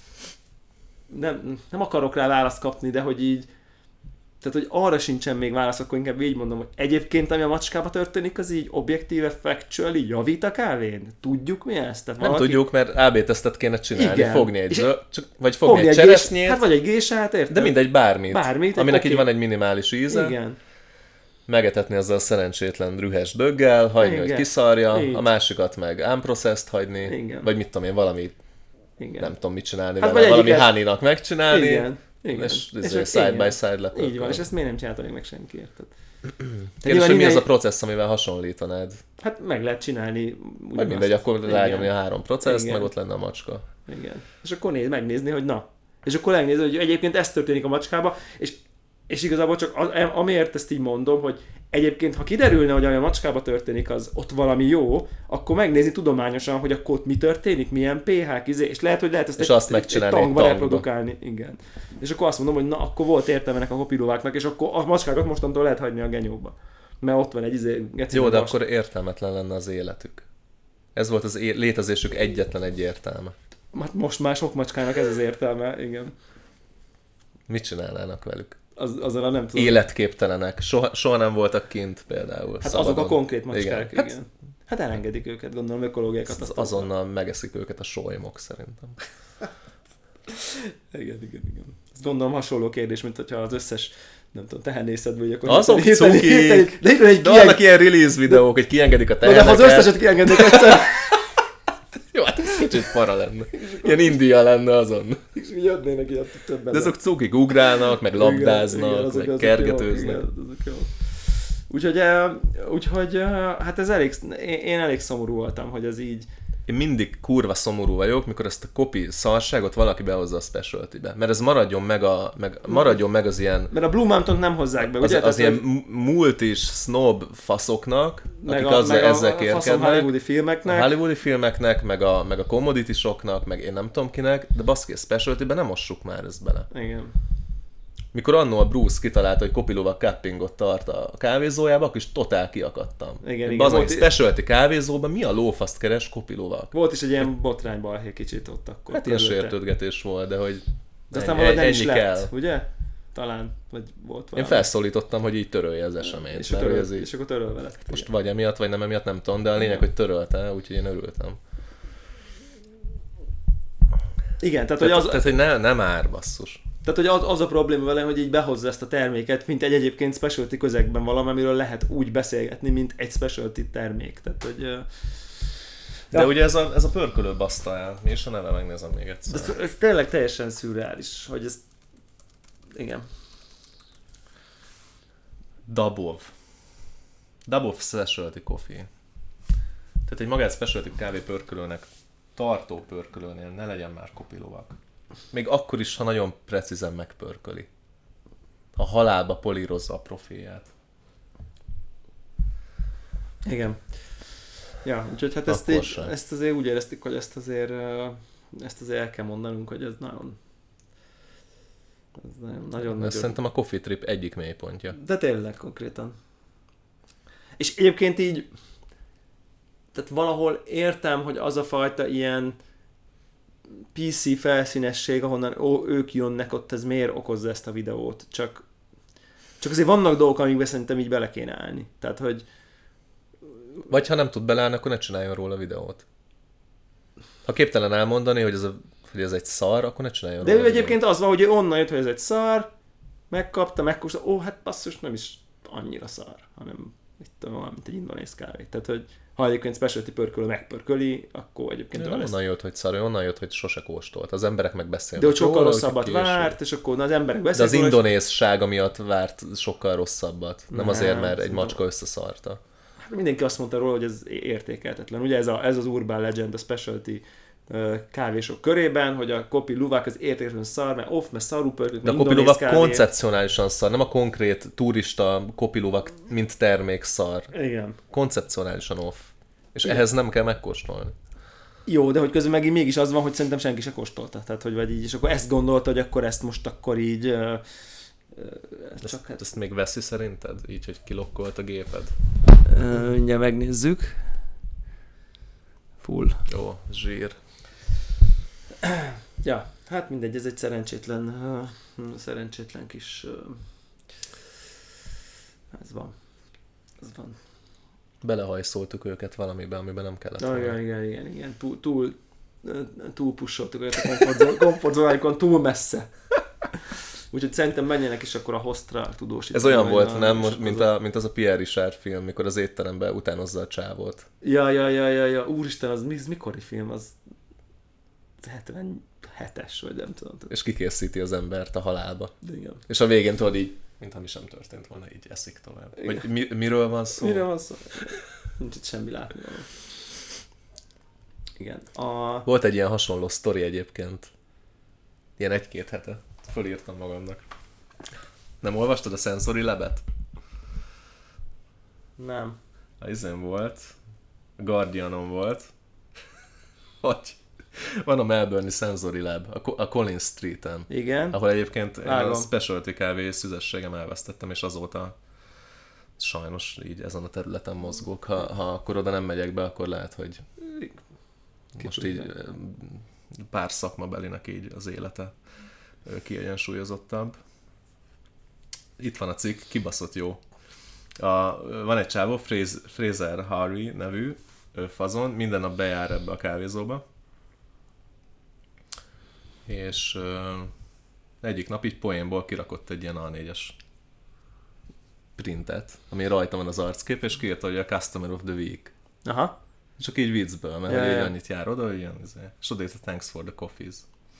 nem, nem akarok rá választ kapni, de hogy így, tehát hogy arra sincsen még válasz, akkor inkább így mondom, hogy egyébként ami a macskába történik, az így objektíve, factually javít a kávén? Tudjuk mi ezt? Tehát nem valaki... tudjuk, mert á bé tesztet kéne csinálni, igen. fogni egy, zöld, csak, vagy fogni, fogni egy, egy cseresznyét. Gés, hát vagy egy gésát, érted? De mindegy, bármit. Bármit. Aminek okay. így van egy minimális íze. Igen. Megetetni azzal a szerencsétlen rühes döggel, hagyni, igen. hogy kiszarja, így. A másikat meg unprocessed hagyni, igen. Vagy mit tudom én, valami, igen. nem tudom mit csinálni hát vele, valami háninak megcsinálni, igen. Igen. és, és side by side lepörköl. Így van, és ezt miért nem csinálta még meg senki, érted? Kérdés, hogy mi az a processz, amivel hasonlítanád? Hát meg lehet csinálni. Vagy mindegy, akkor rányomni a három processzt, igen. meg ott lenne a macska. Igen. És akkor néz, megnézni, hogy na. És akkor megnézni, hogy egyébként ez történik a macskába, és És igazából csak az, amiért ezt így mondom, hogy egyébként, ha kiderülne, hogy a macskába történik, az ott valami jó, akkor megnézni tudományosan, hogy akkor ott mi történik, milyen pH-k, izé, és lehet, hogy lehet ezt és egy, azt egy, egy tangba reprodukálni. Igen. És akkor azt mondom, hogy na, akkor volt értelme ennek a kopilóváknak, és akkor a macskákat mostantól lehet hagyni a genyóba. Mert ott van egy izé... Jó, de akkor értelmetlen lenne az életük. Ez volt az é- létezésük egyetlen egy értelme. Hát most már sok macskának ez az értelme, igen. Mit csinálnának velük? Az, azzal nem tudom. Életképtelenek. Soha, soha nem voltak kint például. Hát szabadon. azok a konkrét macskák, igen. igen. Hát, Hát, hát elengedik őket, gondolom, ökológiai katasztrófa. azonnal megeszik őket a solymok szerintem. Igen, igen, igen. Ezt gondolom hasonló kérdés, mint hogyha az összes, nem tudom, tehenészedből, hogy akkor... Azok hirtelen- cuki! hirtelen- De hirtelen egy De kieng... vannak ilyen release videók, hogy kiengedik a De ha teheneket. az összeset kiengednék egyszer, Jó, hát ez kicsit para lenne. Ilyen India lenne azon. és így adnének ilyet többen. De azok cukik ugrálnak, meg labdáznak, igen, azok- meg azok kergetőznek. jó, igen, azok jó. Úgyhogy, eh, úgyhogy eh, hát ez elég, én, én elég szomorú voltam, hogy ez így... Én mindig kurva szomorú vagyok, mikor ezt a copy szarságot valaki behozza a specialty-be. Mert ez maradjon meg, a, meg, maradjon meg az ilyen... Mert a Blue Mountain nem hozzák be, Az, ugye? az Tehát, ilyen hogy- multis, snob faszoknak, meg akik a, azzal meg a, ezzel a faszom kérkednek. hollywoodi filmeknek. A hollywoodi filmeknek, meg a, meg a commodity-soknak, meg én nem tudom kinek, de baszki, a specialty-ben nem mossuk már ezt bele. Igen. Mikor annó a Bruce kitalálta, hogy kopilóval cuppingot tart a kávézójába, akkor is totál kiakadtam. Igen, igen. Bazd meg, Volt- specialty kávézóban mi a lófaszt keres kopilóval? Volt is egy ilyen botrányban egy kicsit ott akkor. Hát ilyen körülötte. sértődgetés volt, de hogy De aztán ennyi, valahogy nem ennyi is lett, kell. ugye? Talán, vagy volt Én valami. felszólítottam, hogy így törölje az eseményt. És, mert töröl, ez így, és akkor törölve lett. most vagy emiatt, vagy nem emiatt, nem tudom, de a lényeg, hogy törölte, úgyhogy én örültem. Igen, tehát, hogy Tehát, az, tehát hogy ne, nem ár, basszus. tehát, hogy az, az a probléma vele, hogy így behozza ezt a terméket, mint egy egyébként specialty közegben valami, amiről lehet úgy beszélgetni, mint egy specialty termék. Tehát, hogy... ö, De Ja. ugye ez a, ez a pörkölő baszta el. Mi is a neve, megnézem még egyszer. de ez, ez tényleg teljesen szürreális, hogy ez... Igen. Dabov. Dabov Specialty Coffee. Tehát egy magát specialty kávé pörkölőnek tartó pörkölőnél ne legyen már kopilóvak. Még akkor is, ha nagyon precízen megpörköli. Ha halálba polírozza a profilját. Igen. Ja, úgyhogy hát ezt, Akkor így, sem. ezt azért úgy éreztük, hogy ezt azért, ö, ezt azért el kell mondanunk, hogy ez nagyon... Ez nagyon, nagyon, Ez nagyon... szerintem a Coffee Trip egyik mélypontja. De tényleg konkrétan. És egyébként így, tehát valahol értem, hogy az a fajta ilyen pé cé felszínesség, ahonnan ó, ők jönnek ott, ez miért okozza ezt a videót. Csak, csak azért vannak dolgok, amikbe szerintem így bele kéne állni. Tehát, hogy Vagy ha nem tud beleállni, akkor ne csináljon róla videót. Ha képtelen elmondani, hogy ez, a, hogy ez egy szar, akkor ne csináljon de róla ő egyébként az van, hogy ő onnan jött, hogy ez egy szar, megkapta, megkóstolta, ó, hát basszus, nem is annyira szar, hanem mit tudom, olyan, mint egy indonéz kávé. Tehát, hogy ha egyébként specialty pörkölő megpörköli, akkor egyébként De olyan onnan lesz. jött, hogy szar, ő onnan jött, hogy sose kóstolt. Az emberek meg beszélnek. De hogy sokkal róla, rosszabbat hogy később. várt, és akkor na, az emberek De az beszélnek. róla, és- indonézsága miatt várt sokkal rosszabbat. Nem, Nem, azért, mert egy szerintem- macska összeszarta. Hát mindenki azt mondta róla, hogy ez értékelhetetlen. Ugye ez, a, ez az urban legend a specialty ö, kávésok körében, hogy a Kopi Luwak az értékesen szar, mert off, mert szarú pörkök, De a Kopi Luwak koncepcionálisan szar, nem a konkrét turista Kopi Luwak, mint termék szar. Igen. Koncepcionálisan off. És Igen. ehhez nem kell megkóstolni. Jó, de hogy közben meg mégis az van, hogy szerintem senki se kóstolta. Tehát, hogy vagy így, és akkor ezt gondolta, hogy akkor ezt most akkor így... Ö, ö, Ezt, csak hát... ezt még veszi szerinted? Így, hogy kilokkolt a géped? Ö, mindjárt megnézzük. Full. Jó, zsír. Ja, hát mindegy, ez egy szerencsétlen, uh, szerencsétlen kis... Uh, ez van. Ez van. Belehajszoltuk őket valamibe, amiben nem kellett Na, volna. igen, igen, igen, igen. Túl, túl, uh, túl pusoltuk őket a komfortzón- komfortzónáikon, túl messze. Úgyhogy szerintem menjenek is akkor a hostra tudósítani. Ez olyan majd volt, a- nem? és Most, az mint, a, mint az a Pierre Richard film, mikor az étteremben utánozza a csávót. Ja, ja, ja, ja, ja, úristen, az, az mikori film? Az hetvenhetes, vagy nem tudom. És kikészíti az embert a halálba. De igen. És a végén tudod így, mintha mi sem történt volna, így eszik tovább. Igen. Vagy mi, miről van szó? Mire van szó? Nincs itt semmi látni. Igen. A... Volt egy ilyen hasonló sztori egyébként. Ilyen egy-két hete. Fölírtam magamnak. Nem olvastad a Sensory Lab-et? Nem. A izén volt, a Guardianon volt, hogy van a Melbourne-i Sensory Lab, a, Co- a Collins Streeten. Igen. Ahol egyébként én Vágom. a specialty kávé szüzességem elvesztettem, és azóta sajnos így ezen a területen mozgok. Ha, ha akkor oda nem megyek be, akkor lehet, hogy most így ö, pár szakmabelinek így az élete ö, kiegyensúlyozottabb. Itt van a cikk, kibaszott jó. A, van egy csávó, Fraser, Fraser Harvey nevű ö, fazon, minden nap bejár ebbe a kávézóba. És ö, egyik nap így poénból kirakott egy ilyen á négyes printet, ami rajta van az arckép, és kiírta, hogy a Customer of the Week. Aha. Csak így viccből, mert Ja, hogy így ja. annyit jár oda, hogy ilyen, és odaírta Thanks for the coffees.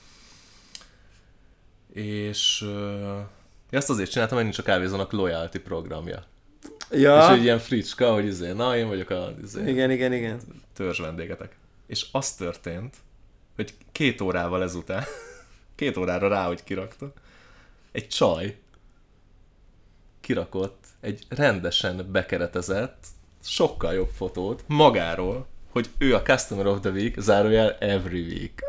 És ö, ezt azért csináltam, mert nincs a kávézónak loyalty programja. Ja. És egy ilyen fricska, hogy izé, na én vagyok a izé, Igen, igen, igen. törzs vendégetek. És az történt, hogy két órával ezután, két órára rá, hogy kirakta, egy csaj kirakott egy rendesen bekeretezett, sokkal jobb fotót magáról, hogy ő a Customer of the Week, zárójel every week.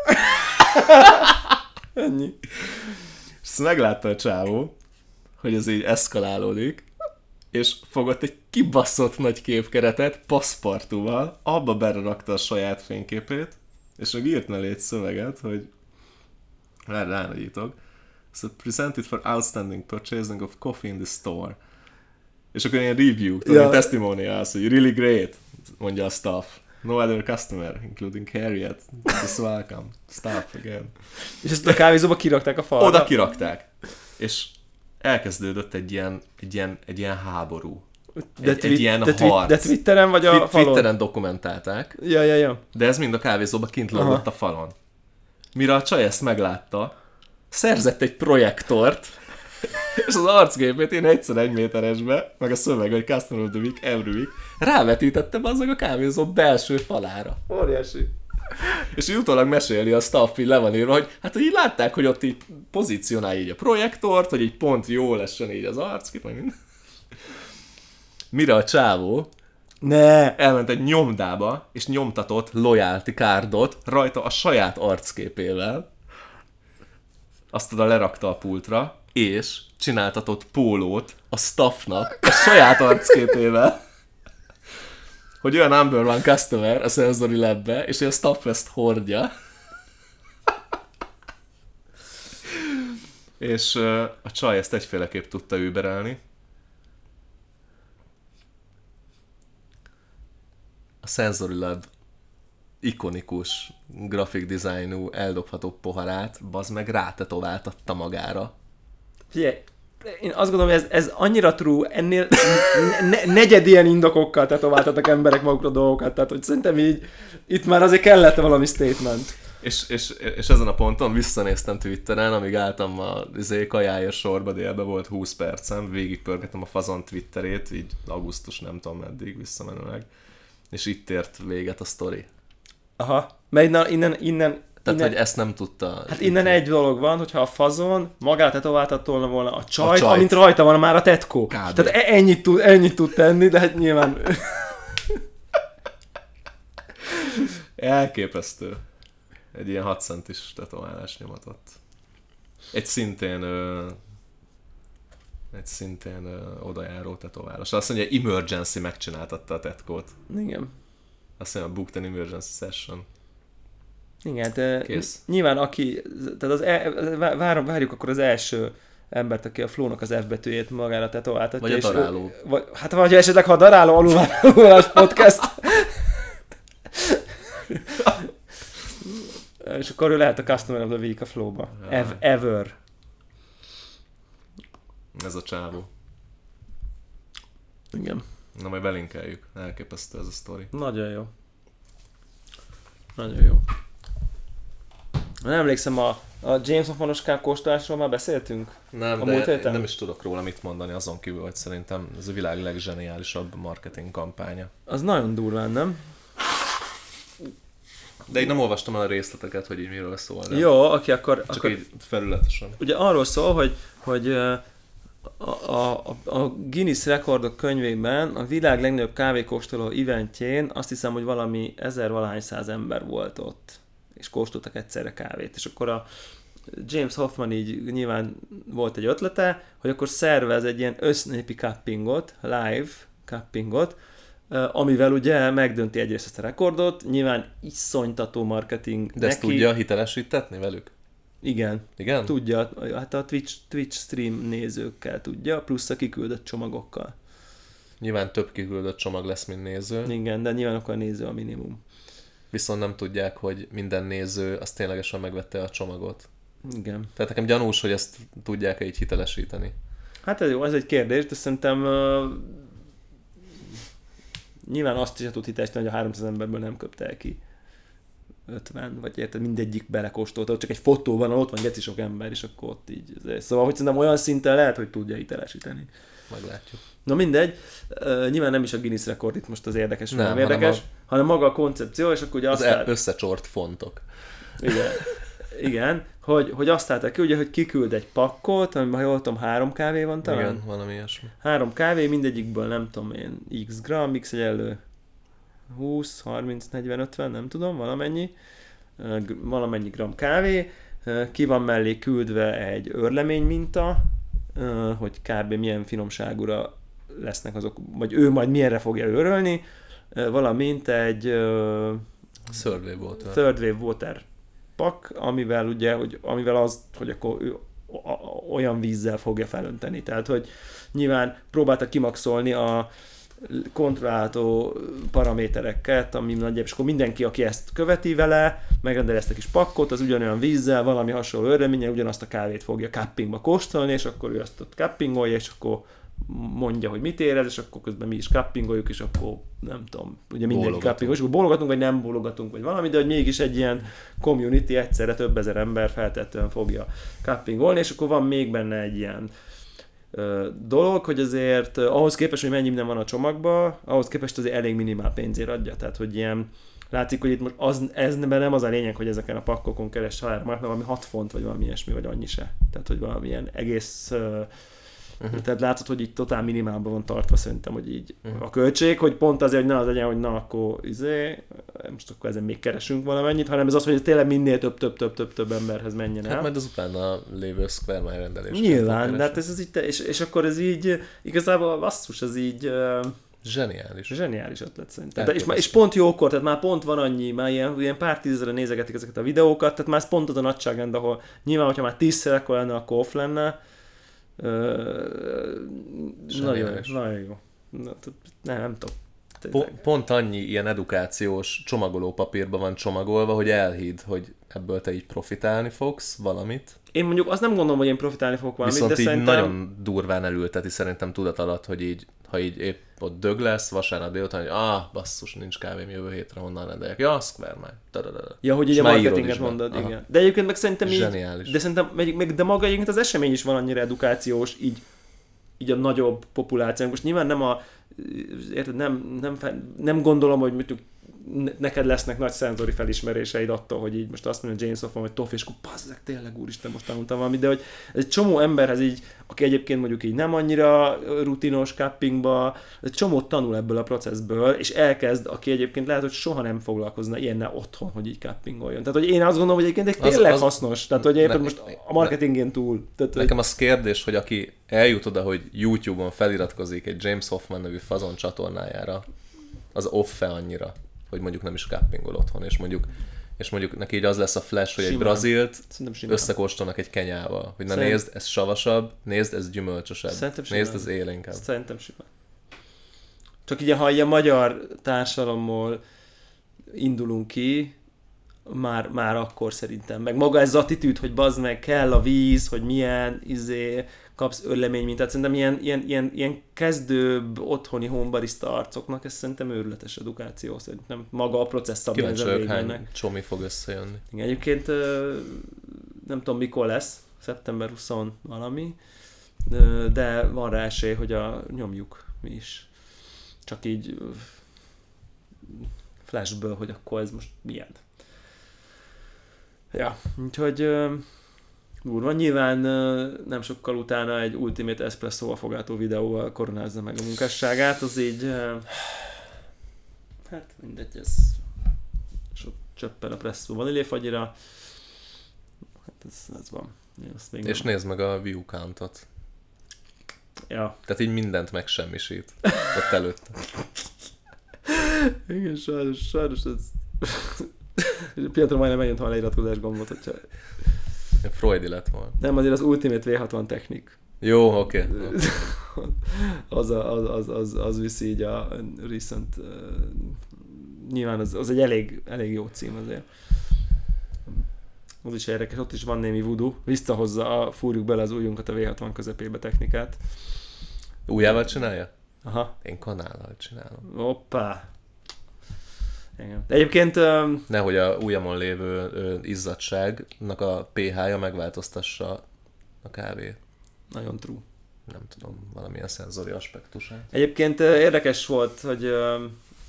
Ennyi. És ezt meglátta a csávó, hogy ez így eszkalálódik, és fogott egy kibaszott nagy képkeretet paszpartúval, abba belerakta a saját fényképét, és meg írt mellé egy szöveget, hogy rá ránagyítok. So presented for outstanding purchasing of coffee in the store. És akkor ilyen review, tudod, Ja. yeah. testimonials, hogy really great, mondja a staff. No other customer, including Harriet. Just welcome. Staff again. És ezt a kávézóba kirakták a falra. Oda kirakták. És elkezdődött egy ilyen, egy ilyen, egy ilyen háború. De, egy, twi- egy ilyen de, twi- harc. de Twitteren vagy a Twi- falon? Twitteren dokumentálták, Ja, ja, ja. de ez mind a kávézóban kint lógott a falon. Mire a csaj ezt meglátta, szerzett egy projektort, és az arcgépét én egyszer egy méteresbe, meg a szöveg, hogy Customer of the Week, every week, rávetítette azzal a kávézó belső falára. Óriási. És így utólag meséli a staff, így le van írva, hogy hát hogy így látták, hogy ott így pozícionálja így a projektort, hogy így pont jól lessen így az arckép, vagy minden. Mire a csávó Ne. elment egy nyomdába, és nyomtatott loyalty cardot rajta a saját arcképével, azt oda lerakta a pultra, és csináltatott pólót a staffnak a saját arcképével, hogy olyan number one customer a Sensory Lab-be, és hogy a staff ezt hordja. És uh, a csaj ezt egyféleképp tudta überelni. A Sensory Lab ikonikus graphic designú eldobható poharát, bazd meg rátetováltatta magára. Figyelj, én azt gondolom, hogy ez, ez annyira true, ennél ne, negyed ilyen indokokkal tetováltatok emberek magukra dolgokat, tehát hogy szerintem így, itt már azért kellett valami statement. És, és, és ezen a ponton visszanéztem Twitteren, amíg álltam a izé, kajáért sorba, délbe volt húsz percem, végigpörgettem a fazon Twitterét, így augusztus nem tudom meddig visszamenőleg, és itt ért véget a sztori. Aha, mert innen, innen, innen Tehát, innen, hogy ezt nem tudta... hát innen egy dolog van, hogyha a fazon magára tetováltatta volna a csajt, A csajt. amint rajta van már a tetkó. Kb. Tehát e- ennyit tud, ennyit tud tenni, de hát nyilván... Elképesztő. Egy ilyen hat centis tetoválás nyomatott. Egy szintén... Ö, egy szintén ö, odajáró tetoválás. Azt mondja, emergency megcsináltatta a tetkót. Igen. Azt mondja, booked an emergency session. Igen, de Kész. nyilván aki, tehát az el, vár, várjuk akkor az első embert, aki a Flow-nak az F betűjét magára tetováltatja. Vagy a és daráló. ő- Vagy, hát vagy esetleg, ha a daráló alulvállalás podcast. És akkor ő lehet a Customer of the Week a Flow-ba. Ev, ever. Ez a csávó. Igen. Na majd belinkeljük. Elképesztő ez a sztori. Nagyon jó. Nagyon jó. Nem emlékszem, a, a James Hoffmanos kóstolásról már beszéltünk? Nem, A de múlt héten? én nem is tudok róla mit mondani, azon kívül, hogy szerintem ez a világ legzseniálisabb marketing kampánya. Az nagyon durván, nem? De én nem olvastam el a részleteket, hogy így miről szól. De Jó, aki akkor... csak akkor így felületesen. ugye arról szól, hogy, hogy uh, a, a, a Guinness rekordok könyvében a világ legnagyobb kávékóstoló eventjén azt hiszem, hogy valami ezer-valahány száz ember volt ott, és kóstoltak egyszerre kávét. És akkor a James Hoffman így nyilván volt egy ötlete, hogy akkor szervez egy ilyen össznépi cuppingot, live cuppingot, amivel ugye megdönti egyrészt ezt a rekordot, nyilván iszonytató marketing De ezt neki. tudja hitelesítetni velük? Igen. Igen? Tudja, hát a Twitch, Twitch stream nézőkkel tudja, plusz a kiküldött csomagokkal. Nyilván több kiküldött csomag lesz, mint néző. Igen, de nyilván akkor a néző a minimum. Viszont nem tudják, hogy minden néző az ténylegesen megvette a csomagot. Igen. Tehát nekem gyanús, hogy ezt tudják-e így hitelesíteni. Hát ez jó, ez egy kérdés, de szerintem uh, nyilván azt is tud hitelesíteni, hogy a háromszáz emberből nem köpte el ki ötven, vagy érted, mindegyik belekóstolta, csak egy fotó van, ott van geci sok ember, és akkor ott így. Szóval, hogy szerintem olyan szinten lehet, hogy tudja hitelesíteni. Meglátjuk. Na mindegy, uh, nyilván nem is a Guinness rekord itt most az érdekes, nem, nem hanem érdekes, a... hanem maga a koncepció, és akkor ugye Az azt el- összecsort fontok. Igen, igen, hogy, hogy azt állták ki, ugye, hogy kiküld egy pakkot, amiben, ha jól tudom, három kávé van talán? Igen, valami ilyesmi. Három kávé, mindegyikből nem tudom én, x gram, x egyenlő húsz, harminc, negyven, ötven, nem tudom, valamennyi, valamennyi gram kávé, ki van mellé küldve egy őrlemény minta, hogy kb. Milyen finomságúra lesznek azok, vagy ő majd milyenre fogja őrölni, valamint egy Third Wave Water. Third Wave Water pak, amivel ugye, hogy, amivel az, hogy akkor ő olyan vízzel fogja felönteni. Tehát, hogy nyilván próbáltak kimaxolni a kontrollálható paramétereket, ami nagyjából, és akkor mindenki, aki ezt követi vele, megrendel ezt a kis pakkot, az ugyanolyan vízzel, valami hasonló öröménye, ugyanazt a kávét fogja cuppingba kóstolni, és akkor ő azt ott cuppingolja, és akkor mondja, hogy mit érez, és akkor közben mi is cuppingoljuk, és akkor nem tudom, ugye mindenki cuppingol, és akkor bólogatunk, vagy nem bólogatunk, vagy valami, de hogy mégis egy ilyen community egyszerre több ezer ember feltetően fogja cuppingolni, és akkor van még benne egy ilyen ö, dolog, hogy azért ö, ahhoz képest, hogy mennyi minden van a csomagban, ahhoz képest azért elég minimál pénzért adja, tehát hogy ilyen látszik, hogy itt most az, ez nem az a lényeg, hogy ezeken a pakkokon keres halálra, mert valami hat font, vagy valami ilyesmi, vagy annyi se. Tehát, hogy valamilyen egész ö, Uh-huh. Tehát látszott, hogy így totál minimálban van tartva szerintem, hogy így uh-huh. a költség, hogy pont azért, hogy ne az legyen, hogy na akkor izé, most akkor ezen még keresünk valamennyit, hanem ez az, hogy ez tényleg minél több, több, több, több, több emberhez menjen el. Hát majd az utána lévő Square Mile rendelés. Nyilván, de hát ez az így, és, és akkor ez így, igazából basszus, ez így uh, zseniális. Zseniális ötlet szerintem. És, és pont jókor, tehát már pont van annyi, már ilyen, ilyen pár tízezre nézegetik ezeket a videókat, tehát már ez pont az a nagyságrend, ahol nyilván, hogyha már tízszer akkor lenne, akkor off lenne. Uh, nagyon, nagyon jó. Na, nem, nem tudom. Po- pont annyi ilyen edukációs csomagoló papírban van csomagolva, hogy elhidd, hogy ebből te így profitálni fogsz valamit. Én mondjuk azt nem gondolom, hogy én profitálni fogok valamit, viszont de így szerintem... nagyon durván elülteti szerintem tudat alatt, hogy így, ha így épp ott dög lesz, vasárnap délután, hogy ah, basszus, nincs kávém jövő hétre, honnan rendeljek. Ja, Square Mile. Da-da-da-da. Ja, hogy így a marketinget mondod, igen. Aha. De egyébként meg szerintem így, de szerintem meg, de maga egyébként az esemény is van annyira edukációs, így, így a nagyobb populáció. Most nyilván nem a, érted, nem, nem, nem gondolom, hogy mondjuk neked lesznek nagy szenzori felismeréseid attól, hogy így most azt mondja James Hoffman, hogy tof, és akkor pazzek, tényleg úristen, most tanultam valamit, de hogy egy csomó emberhez így, aki egyébként mondjuk így nem annyira rutinos cuppingba, egy csomót tanul ebből a processből, és elkezd, aki egyébként lehet, hogy soha nem foglalkozna ilyennel otthon, hogy így cuppingoljon. Tehát, hogy én azt gondolom, hogy egyébként tényleg az, az, hasznos. Tehát, hogy érted most a marketingén túl. Tehát, nekem az kérdés, hogy aki eljut oda, hogy YouTube-on feliratkozik egy James Hoffman nevű fazon csatornájára, az off-e annyira, hogy mondjuk nem is cuppingol otthon, és mondjuk, és mondjuk neki így az lesz a flash, hogy simán. Egy brazilt összekóstolnak egy kenyával, hogy na Szerint... nézd, ez savasabb, nézd, ez gyümölcsösebb, nézd, ez élénkebb. Szerintem simán. Csak így, ha ilyen magyar társadalomból indulunk ki, már, már akkor szerintem. Meg maga ez az attitűd, hogy bazd meg, kell a víz, hogy milyen, izé, kapsz örlemény mintát. Szerintem ilyen, ilyen, ilyen, ilyen kezdőbb otthoni homebarista arcoknak ez szerintem őrületes edukáció. Szerintem maga a processz szabja ezen végigmennek. Hány csomi fog összejönni. Igen, egyébként nem tudom mikor lesz, szeptember huszadika valami, de van rá esély, hogy a nyomjuk mi is. Csak így flashből, hogy akkor ez most milyen. Ja, úgyhogy Durva. Nyilván nem sokkal utána egy Ultimate Espresso affogató videóval koronázza meg a munkásságát, az így... Hát mindegy, ez... Sok csöppen a presszó vaníliafagyira. Hát ez, ez van. Ezt még És nem. nézd meg a view countot. Ja. Tehát így mindent megsemmisít ott előtt. Igen, sajnos, sajnos ez... Pillanatra majdnem eljön, ha a leiratkozás gombot, hogyha... Freudi lett volna. Nem, azért az Ultimate vé hatvan Technic. Jó, oké. Okay. az, a, az, az, az, az viszi így a recent... Uh, nyilván az, az egy elég, elég jó cím azért. Az is érdekes, ott is van némi voodoo. Visszahozza, a, fúrjuk bele az ujjunkat a vé hatvan közepébe technikát. Ujjával csinálja? Aha. Én kanállal csinálom. Hoppá. Igen. De egyébként... Um, Nehogy a ujjamon lévő ö, izzadságnak a pé há-ja megváltoztassa a kávét. Nagyon true. Nem tudom, valamilyen szenzori aspektusát. Egyébként uh, érdekes volt, hogy uh,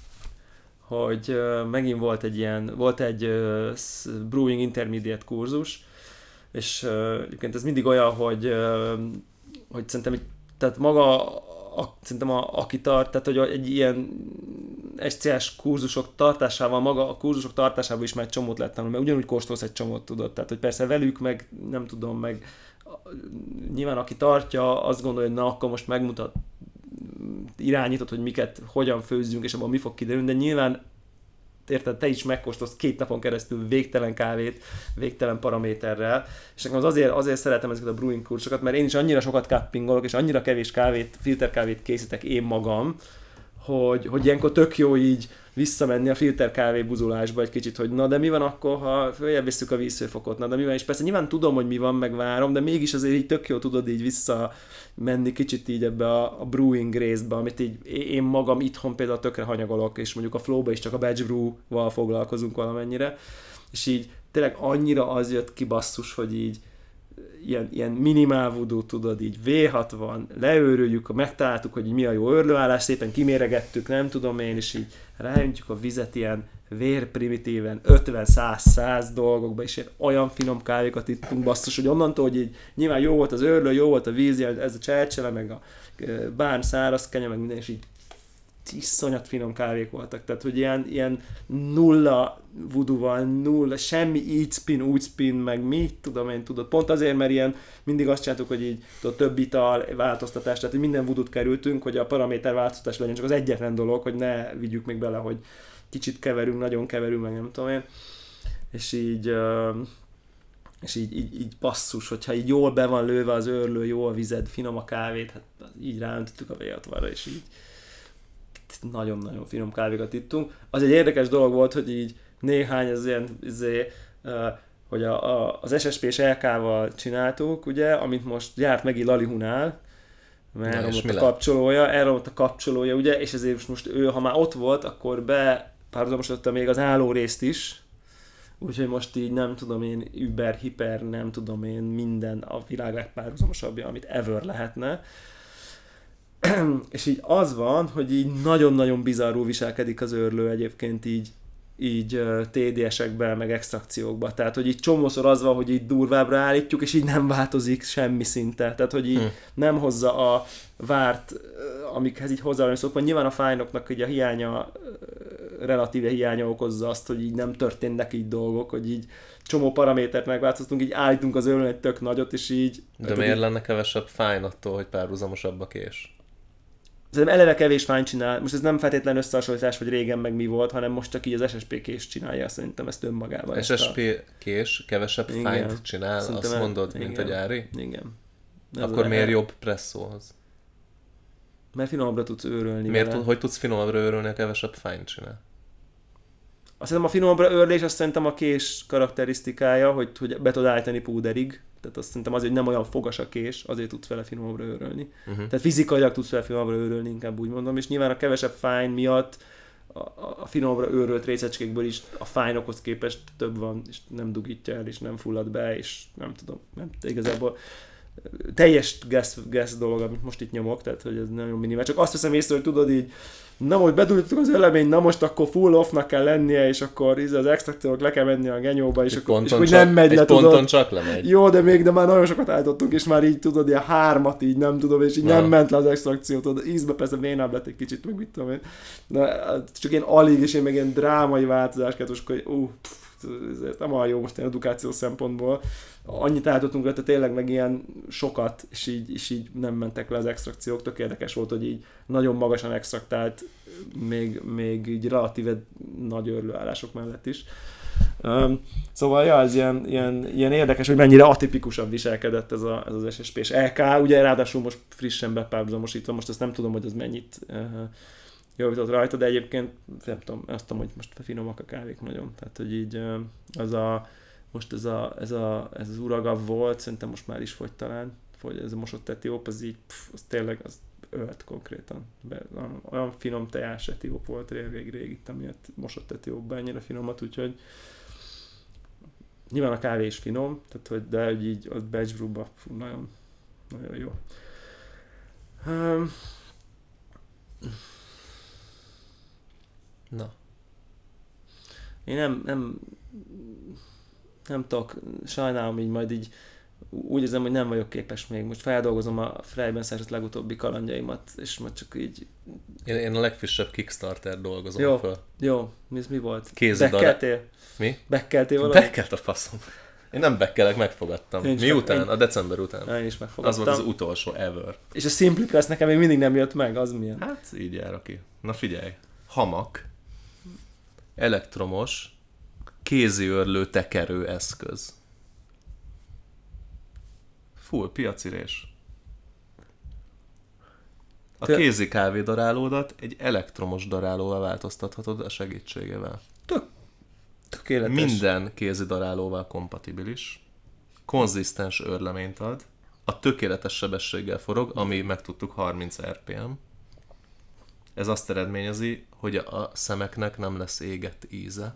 hogy uh, megint volt egy ilyen, volt egy uh, Brewing Intermediate kurzus, és uh, egyébként ez mindig olyan, hogy, uh, hogy szerintem tehát maga a, szerintem a, aki tart, tehát hogy egy ilyen es cé es kurzusok tartásával, maga a kurzusok tartásával is már egy csomót lehet tanulni, mert ugyanúgy kóstolsz egy csomót, tudod. Tehát, hogy persze velük, meg nem tudom, meg nyilván aki tartja, azt gondolja, hogy na, akkor most megmutat, irányított, hogy miket, hogyan főzzünk, és abban mi fog kiderülni, de nyilván érted, te is megkóstolsz két napon keresztül végtelen kávét, végtelen paraméterrel, és nekem az azért, azért szeretem ezeket a brewing kursokat, mert én is annyira sokat cuppingolok, és annyira kevés kávét, filterkávét készítek én magam, hogy, hogy ilyenkor tök jó így visszamenni a filterkávé buzulásba egy kicsit, hogy na de mi van akkor, ha följebb visszük a vízhőfokot, na de mi van, és persze nyilván tudom, hogy mi van, meg várom, de mégis azért így tök jó tudod így visszamenni kicsit így ebbe a, a brewing részbe, amit így én magam itthon például tökre hanyagolok, és mondjuk a flowba is csak a batch brew-val foglalkozunk valamennyire, és így tényleg annyira az jött ki basszus, hogy így ilyen, ilyen minimál voodoo, tudod, így vé hatvan, leőröljük, megtaláltuk, hogy mi a jó őrlőállás, szépen kiméregettük, nem tudom én, és így rájöntjük a vizet ilyen vérprimitíven, ötven száz száz dolgokba, és ilyen olyan finom kávékat ittunk, basszus, hogy onnantól, hogy így nyilván jó volt az őrlő, jó volt a víz, ez a csercsele, meg a bán száraz kenye, meg minden, és így iszonyat finom kávék voltak, tehát hogy ilyen, ilyen nulla voodoo-val, nulla, semmi így spin, úgy spin, meg mit tudom én, tudod, pont azért, mert ilyen mindig azt csináltuk, hogy így tudod, több ital, változtatás, tehát hogy minden voodoo-t kerültünk, hogy a paraméter változtatás legyen csak az egyetlen dolog, hogy ne vigyük még bele, hogy kicsit keverünk, nagyon keverünk, meg nem tudom én, és így és így, így, így basszus, hogyha így jól be van lőve az őrlő, jó a vized, finom a kávét, hát így ráöntöttük a vé hatvanra, és így nagyon-nagyon finom kávékat ittunk. Az egy érdekes dolog volt, hogy így néhány az ilyen, izé, uh, hogy a, a, az es es pés el ká-val csináltuk, ugye, amit most járt megint Lalihunál, mert elromlott a kapcsolója, elromlott a kapcsolója, ugye, és ezért most, most ő, ha már ott volt, akkor be párhuzamosította még az álló részt is, úgyhogy most így nem tudom én, über, hiper, nem tudom én, minden a világ legpárhuzamosabbja, amit ever lehetne. És így az van, hogy így nagyon-nagyon bizarrul viselkedik az őrlő egyébként így, így té dé esekben, meg extrakciókban. Tehát, hogy így csomószor az van, hogy így durvábbra állítjuk, és így nem változik semmi szinte. Tehát, hogy így hmm. nem hozza a várt, amikhez így hozzá van szokva. Nyilván a fájnoknak így a hiánya, relatíve hiánya okozza azt, hogy így nem történnek így dolgok, hogy így csomó paramétert megváltoztunk, így állítunk az őrlőn egy tök nagyot, és így... De miért így... lenne kevesebb fájn attól, hogy párhuzamosabb a kés? Szerintem eleve kevés fájn csinál. Most ez nem feltétlenül összehasonlítás, hogy régen meg mi volt, hanem most csak így az es es pé kés csinálja, szerintem ezt önmagában. es es pé a... kés kevesebb igen. fájnt csinál, szerintem azt mondod, igen. mint a gyári? Igen. Ez Akkor miért el... jobb presszóhoz? Mert finomabbra tudsz őrölni. Miért tud, hogy tudsz finomabbra őrölni, a kevesebb fájnt csinál? Azt hiszem a finomabbra őrlés, azt szerintem a kés karakterisztikája, hogy, hogy be tud állítani púderig. Tehát azt szerintem azért, hogy nem olyan fogas a kés, azért tudsz vele finomabbra őrölni. Uh-huh. Tehát fizikailag tudsz vele finomabbra őrölni, inkább úgy mondom, és nyilván a kevesebb fájn miatt a, a finomabbra őrölt részecskékből is a fájnokhoz képest több van, és nem dugítja el, és nem fullad be, és nem tudom, nem, igazából teljes gas, gas dolog, amit most itt nyomok, tehát hogy ez nagyon minimál. Csak azt veszem észre, hogy tudod így, na most bedugtuk az elemény, na most akkor full off-nak kell lennie, és akkor az extraktorok le kell menni a genyóba, és, akkor, és akkor csak, nem megy le, ponton tudod. csak lemegy. Jó, de még de már nagyon sokat állítottunk, és már így tudod, ilyen hármat így nem tudom, és így na. nem ment le az extrakció, tudod, ízbe persze vénább lett egy kicsit, meg mit tudom én. Na, csak én alig, és én meg ilyen drámai változás kellett, és akkor ú, ez nem olyan jó most ilyen edukációs szempontból. Annyit állítottunk le, tényleg meg ilyen sokat, és így, és így nem mentek le az extrakciók. Tök érdekes volt, hogy így nagyon magasan extraktált, még, még így relatíve nagy örlőállások mellett is. Um, szóval ja, ez ilyen, ilyen, ilyen érdekes, hogy mennyire atipikusan viselkedett ez, a, ez az es es pé, és el ká, ugye ráadásul most frissen bepárhuzamosítva, most ezt nem tudom, hogy az mennyit uh, javított rajta, de egyébként nem tudom, azt tudom, hogy most finomak a kávék nagyon, tehát hogy így uh, az a, most ez, a, ez, a, ez az uragav volt, szerintem most már is fogy talán, fogy ez a mosott etióp, az így, pff, az tényleg, az ölt konkrétan. Be, olyan finom tejás etióp volt rég-rég itt, amiért mosott etiópban ennyire finomat, úgyhogy nyilván a kávé is finom, tehát, hogy, de hogy így a batch brew-ba fú, nagyon, nagyon jó. Um, Na. Én nem, nem, nem tudok, sajnálom így majd így, úgy érzem, hogy nem vagyok képes még. Most feldolgozom a Freyben szerzett legutóbbi kalandjaimat, és majd csak így... Én, én a legfrissebb Kickstarter dolgozom jó, föl. Jó, mi, mi volt? Kézi Bekkeltél? Mi? Bekkeltél valamit? Bekkelt a faszom. Én nem bekkelek, megfogadtam. Én Miután? Én... A december után. Én is megfogadtam. Az volt az utolsó ever. És a Simply Press nekem még mindig nem jött meg, az milyen? Hát így jár aki. Na figyelj. Hamak. Elektromos. Kéziőrlő tekerő eszköz. Full piacirés. A Te... kézi kávédarálódat egy elektromos darálóval változtathatod a segítségével. Tök, tökéletes. Minden kézi darálóval kompatibilis. Konzisztens őrleményt ad. A tökéletes sebességgel forog, ami megtudtuk harminc er pé em. Ez azt eredményezi, hogy a szemeknek nem lesz égett íze.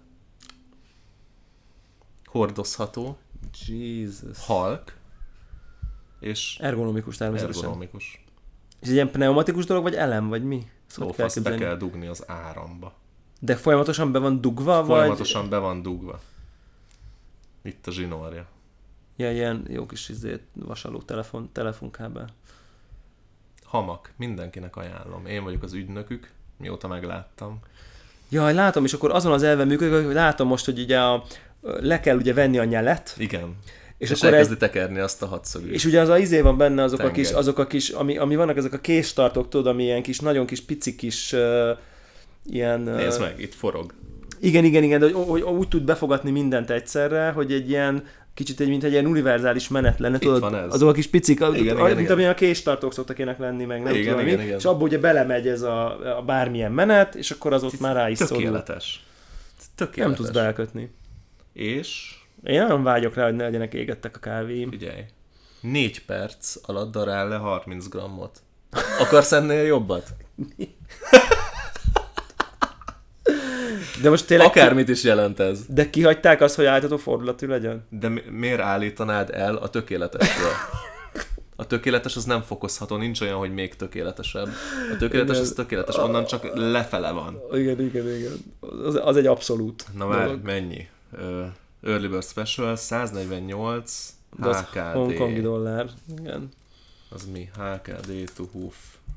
Hordozható. Jesus. Halk. És ergonomikus természetesen. ergonomikus. És egy ilyen pneumatikus dolog, vagy elem, vagy mi? Szóval azt be kell dugni az áramba. De folyamatosan be van dugva, Folyamatosan vagy... be van dugva. Itt a zsinórja. Ja, ilyen jó kis izét, vasaló telefon, telefonkábel. Hamak. Mindenkinek ajánlom. Én vagyok az ügynökük, mióta megláttam. Jaj, látom, és akkor azon az elven működik, hogy látom most, hogy ugye a, le kell ugye venni a nyelet. Igen. És, és akkor elkezdi egy... tekerni azt a hatszögűt. És ugye az a izé van benne, azok Tenger. a kis, azok a kis ami, ami vannak ezek a késtartók, tudod, ami ilyen kis, nagyon kis, pici kis uh, ilyen... Uh, Nézd meg, itt forog. Igen, igen, igen, de hogy, hogy úgy tud befogadni mindent egyszerre, hogy egy ilyen, kicsit egy, mint egy ilyen univerzális menet lenne, tudod, van ez. azok a kis picik, Igen, a, igen, mint igen. amilyen a késtartók szoktak ének lenni, meg nem Igen, tudom igen, mi, igen. és abból ugye belemegy ez a, a bármilyen menet, és akkor az ott már rá is szorul. Tökéletes. Tökéletes. Nem tudsz beelkötni. És... Én nagyon vágyok rá, hogy ne legyenek égettek a kávéim. Figyelj. Négy perc alatt darál le harminc grammot. Akarsz ennél jobbat? De most tényleg... Akármit is jelent ez. De kihagyták azt, hogy állítható fordulatú legyen? De mi- miért állítanád el a tökéletesről? A tökéletes az nem fokozható, nincs olyan, hogy még tökéletesebb. A tökéletes az tökéletes, onnan csak lefele van. Igen, igen, igen. Az, az egy abszolút Na már, dolog. mennyi? Uh, Early Bird Special, száznegyvennyolc De az há ká dé. hongkongi dollár. Igen. Az mi? há ká dé to húf.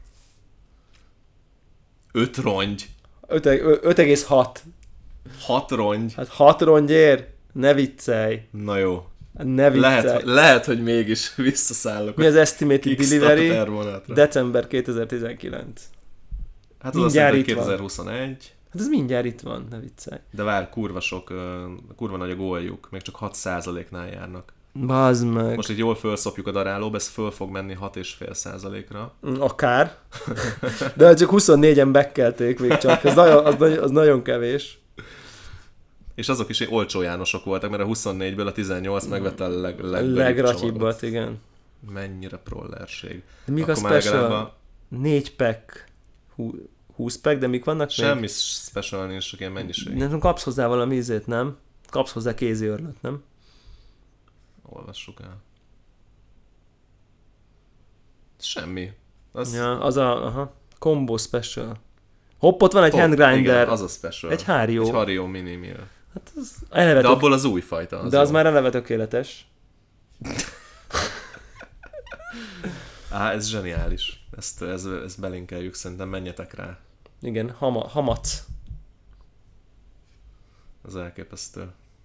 öt rongy. öt egész hat. hat rongy. Hát hat rongyér? Ne viccelj. Na jó. Ne viccelj. Lehet, lehet, hogy mégis visszaszállok. Mi az estimated delivery? Kickstarter December kétezer-tizenkilenc. Hát az mindjárt azt itt van. kétezer-huszonegy. Hát ez mindjárt itt van, ne viccelj. De vár, kurva sok, kurva nagy a góljuk. Még csak hat százaléknál járnak. Bazd meg. Most itt jól felszopjuk a darálóba, ez föl fog menni hat egész öt százalékra. Akár. De csak huszonnégyen bekkelték még csak. Az nagyon, az, nagyon, az nagyon kevés. És azok is olcsó Jánosok voltak, mert a huszonnégyből a tizennyolc megvette a leg, leg, Legratyibbat, igen. Mennyire prollerség. De mik a Akkor már special? legalább a- négy pack. húsz pack, de mik vannak Semmi még? special nincs, csak ilyen mennyiség. Nem, kapsz hozzá valami ízét, nem? Kapsz hozzá kézi örlöt, nem? Olvassuk el. Semmi. Az... Ja, az a aha, combo special. Hopp, ott van egy Top, hand grinder. Igen, az a special. Egy Hario. Egy Hario mini meal. Hát az eleve De tök... abból az új fajta. Az De az jó. már eleve tökéletes. Á, ez zseniális. Ezt, ez, ezt belinkeljük, szerintem menjetek rá. Igen, hama, hamac. Az elképesztő.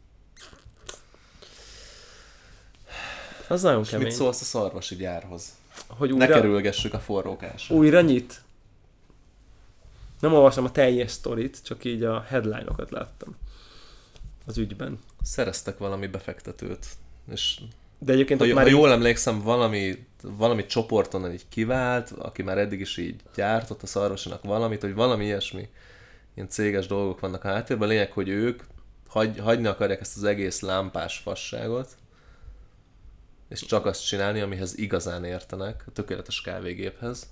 Az nagyon És kemény. mit szólsz a szarvasi gyárhoz? Hogy Ne újra, kerülgessük a forrókásra. újra nyit? Nem olvastam a teljes sztorit, csak így a headline-okat láttam. Az ügyben. Szereztek valami befektetőt. És De egyébként ha, ott ha már így... jól emlékszem, valami, valami csoporton így kivált, aki már eddig is így gyártott a szarvasinak valamit, hogy valami ilyesmi ilyen céges dolgok vannak a háttérben. Lényeg, hogy ők hagy, hagyni akarják ezt az egész lámpás fasságot, és csak azt csinálni, amihez igazán értenek, a tökéletes kávégéphez.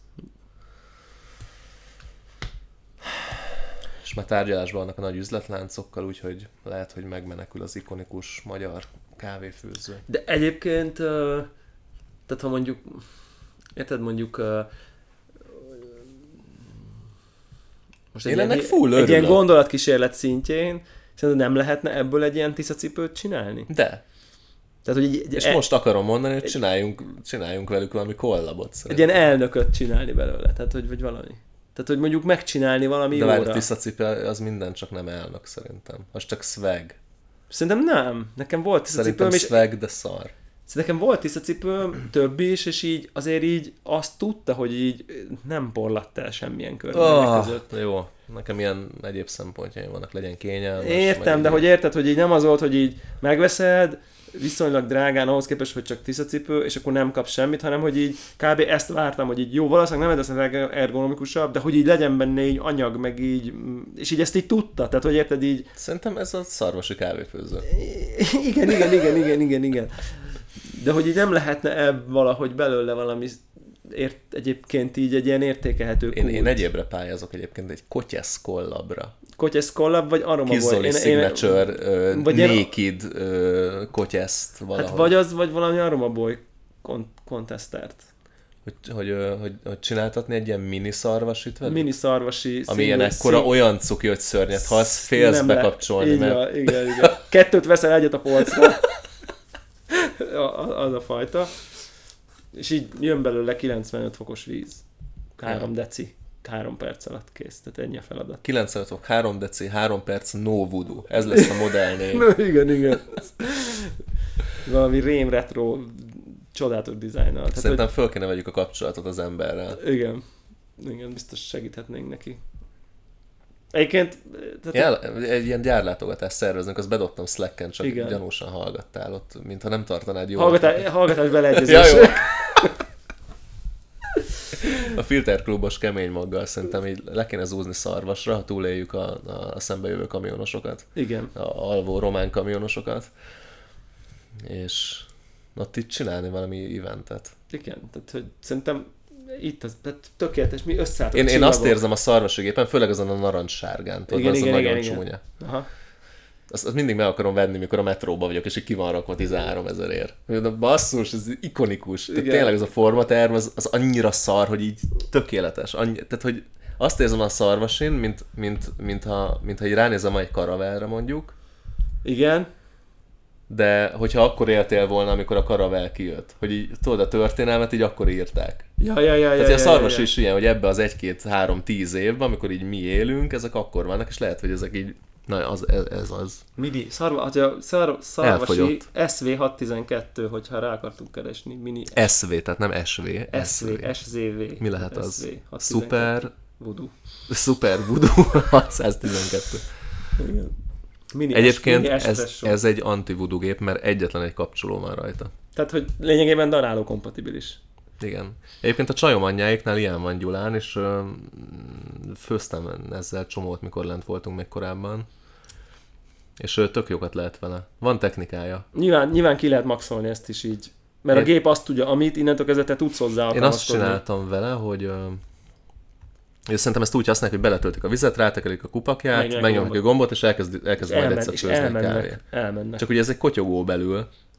És már tárgyalásban vannak a nagy üzletláncokkal, úgyhogy lehet, hogy megmenekül az ikonikus magyar kávéfőző. De egyébként, uh, tehát ha mondjuk, érted mondjuk, uh, most Én egy, ennek ilyen, full egy örülök. ilyen gondolatkísérlet szintjén, szerintem nem lehetne ebből egy ilyen tiszacipőt csinálni? De. Tehát, hogy egy, egy, És e- most akarom mondani, hogy csináljunk, csináljunk velük valami kollabot egy szerintem. ilyen elnököt csinálni belőle, tehát hogy vagy valami. Tehát, hogy mondjuk megcsinálni valami De várj, a jóra. tiszacipe az minden, csak nem elnök szerintem. Az csak swag. Szerintem nem. Nekem volt Szerintem tiszacipőm, és swag, de szar. nekem volt tiszacipőm, több is, és így azért így azt tudta, hogy így nem porlatt el semmilyen körülmények Oh, között. jó, nekem ilyen egyéb szempontjaim vannak, legyen kényelmes. Értem, meg de így- hogy érted, hogy így nem az volt, hogy így megveszed, viszonylag drágán ahhoz képest, hogy csak tiszacipő, és akkor nem kapsz semmit, hanem hogy így kb. Ezt vártam, hogy így jó, valószínűleg nem ez a ergonomikusabb, de hogy így legyen benne így anyag, meg így, és így ezt így tudta, tehát hogy érted így, Szerintem ez a szarvasi kávéfőző. igen, igen, igen, igen, igen, igen. De hogy így nem lehetne ebb valahogy belőle valami ért, egyébként így egy ilyen értékelhető Én, kult. én egyébre pályázok egyébként egy kotyesz kollabra. Kotyesz collab, vagy aroma Kizzoli Signature, ö, vagy ilyen- naked ö, kotyeszt valahogy. Hát vagy az, vagy valami aroma boy kon- contestert. Hogy, hogy, ö, hogy, hogy csináltatni egy ilyen mini szarvasit velük? Mini szarvasi... Ami ilyen ekkora olyan cuki, hogy szörnyet halsz, félsz nem le- bekapcsolni, így mert... van, igen, igen. Kettőt veszel, egyet a polcra. A- az a fajta. És így jön belőle kilencvenöt fokos víz. három deci. három perc alatt kész. Tehát ennyi a feladat. kilencvenöt fok, három deci, három perc, no voodoo. Ez lesz a modellnév. Na, igen, igen. Valami rém retro csodálatos dizájnnal. Tehát, Szerintem föl kéne vegyük a kapcsolatot az emberrel. hogy, igen. Igen, biztos segíthetnénk neki. Egyébként... Tehát, Jel, egy ilyen gyárlátogatást szervezünk, azt bedobtam Slacken, csak Igen. gyanúsan hallgattál ott, mintha nem tartanád jól. hallgatás, hallgatás beleegyezés. Ja, jó. A filterklubos kemény maggal szerintem így le kéne zúzni szarvasra, ha túléljük a, a szembejövő kamionosokat, Igen. a alvó román kamionosokat, és ott itt csinálni valami eventet. Igen, tehát hogy szerintem itt az tehát tökéletes, mi összeálltuk Én, a én azt csillagok. érzem a szarvasi gépen, főleg azon a narancssárgán, tudod, Igen, az igen, a igen, nagyon igen. csúnya. Aha. Azt, azt mindig meg akarom venni, mikor a metróba vagyok, és így ki van rakva tizenhárom ezerért. De basszus, ez ikonikus. Tehát Igen. tényleg ez a formaterv, az, az annyira szar, hogy így tökéletes. Annyi, tehát, hogy azt érzem a szarvasin, mint, mint, mint, ha, mint ha így ránézem egy karavelre mondjuk, Igen. de hogyha akkor éltél volna, amikor a karavel kijött. Hogy így, tudod, a történelmet így akkor írták. Ja, ja, ja, ja, Tehát ja, a szarvas ja, ja. is ilyen, hogy ebbe az egy-két-három-tíz évben, amikor így mi élünk, ezek akkor vannak, és lehet, hogy ezek így, na az, ez, ez az. Mini, szarva, hát a szar, szarvasi Elfogyott. es vé hatszáztizenkettő, hogyha rá akartunk keresni, mini es vé, tehát nem es vé. es vé, es zé vé. Mi lehet az? es vé hatszáztizenkettő. Super, Voodoo. super voodoo hatszáztizenkettő. Igen. Mini Egyébként es, mini ez, espresso. ez egy anti-voodoo gép, mert egyetlen egy kapcsoló van rajta. Tehát, hogy lényegében daráló kompatibilis. Igen. Egyébként a csajom anyjáiknál ilyen van Gyulán, és ö, főztem ezzel csomót, mikor lent voltunk még korábban. És ö, tök jókat lehet vele. Van technikája. Nyilván, nyilván ki lehet maxolni ezt is így. Mert Én- a gép azt tudja, amit innentől kezdve te tudsz hozzá Én azt alkalmazkodni. csináltam vele, hogy ö, és szerintem ezt úgy használják, hogy beletöltik a vizet, rátekelik a kupakját, Megnyomják megnyomják a a gombot, és elkezd, elkezd És, majd elmen, egyszer és főzni a elmennek. kávét. elmennek. Csak ugye ez egy kotyogó belül,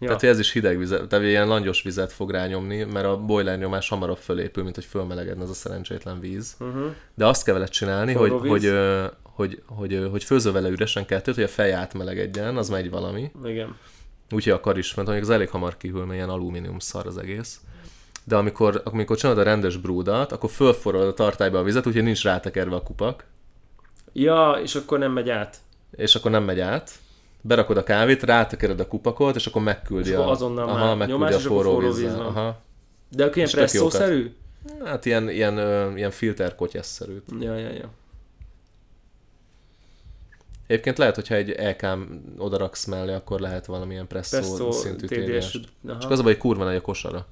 Ja. Tehát ez is hideg vizet, tehát ilyen langyos vizet fog rányomni, mert a boiler nyomás hamarabb fölépül, mint hogy fölmelegedne az a szerencsétlen víz. Uh-huh. De azt kell vele csinálni, hogy, hogy, hogy, hogy, hogy, hogy főzöl vele üresen kettőt, hogy a fej átmelegedjen, az megy valami. Igen. Úgyhogy a kar is fent, az elég hamar kihűl, mert ilyen alumínium szar az egész. De amikor, amikor csinálod a rendes brúdat, akkor fölforrod a tartályba a vizet, úgyhogy nincs rátekerve a kupak. Ja, és akkor nem megy át. És akkor nem megy át. Berakod a kávét, rátekered a kupakot, és akkor megküldi és a, akkor azonnal aha, már megküldi nyomás, a és akkor forró forró vízzel. víz van. Aha. De akkor ilyen És tök presszószerű? Hát ilyen, ilyen, ö, ilyen filterkotyesszerűt. Ja, ja, ja. Egyébként lehet, hogyha egy é ká-m odaraksz mellé, akkor lehet valamilyen presszó, Presszó szintű té dé es. tédiest. Csak az a baj, hogy kurva nagy a kosara.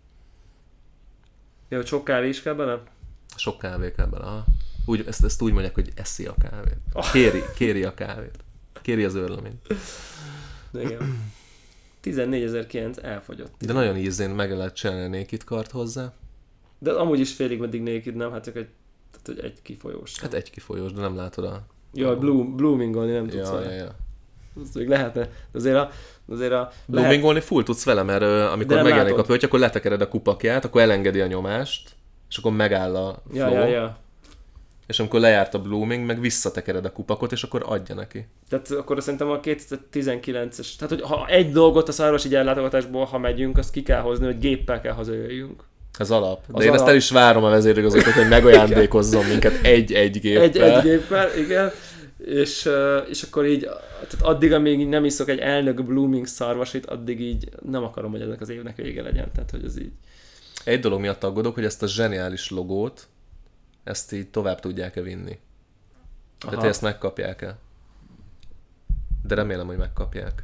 Ja, hogy sok kávé is kell bele? Sok kávé kell bele. Aha. Úgy, ezt, ezt úgy mondják, hogy eszi a kávét. Kéri, kéri a kávét. Kéri az őrleményt. Igen. tizennégyezer-kilenc elfogyott. De nagyon ízén meg lehet csinálni a naked kart hozzá. De amúgy is félig meddig naked, nem? Hát csak egy, tehát, hogy egy kifolyós. Hát egy kifolyós, de nem látod a... Ja, bloom, bloomingolni nem tudsz Ja, vele. ja, ja. Az még lehetne. De azért a... Azért a Bloomingolni full tudsz vele, mert uh, amikor nem megjelenik látod. a pötty, akkor letekered a kupakját, akkor elengedi a nyomást, és akkor megáll a flow. Ja, ja, ja. És amikor lejárt a blooming, meg visszatekered a kupakot, és akkor adja neki. Tehát akkor szerintem a kétezer-tizenkilences, tehát hogy ha egy dolgot a szarvasi gyárlátogatásból, ha megyünk, azt ki kell hozni, hogy géppel kell hazajöjjünk. Ez alap. De Az én alap. ezt el is várom a vezérigazgatót, hogy megajándékozzon minket egy-egy géppel. Egy-egy géppel, igen. És, uh, és akkor így, tehát addig, amíg nem iszok egy elnök blooming szarvasit, addig így nem akarom, hogy ennek az évnek vége legyen. Tehát, hogy ez így... Egy dolog miatt aggódok, hogy ezt a zseniális logót, ezt így tovább tudják-e vinni. Tehát, hogy ezt megkapják-e. De remélem, hogy megkapják.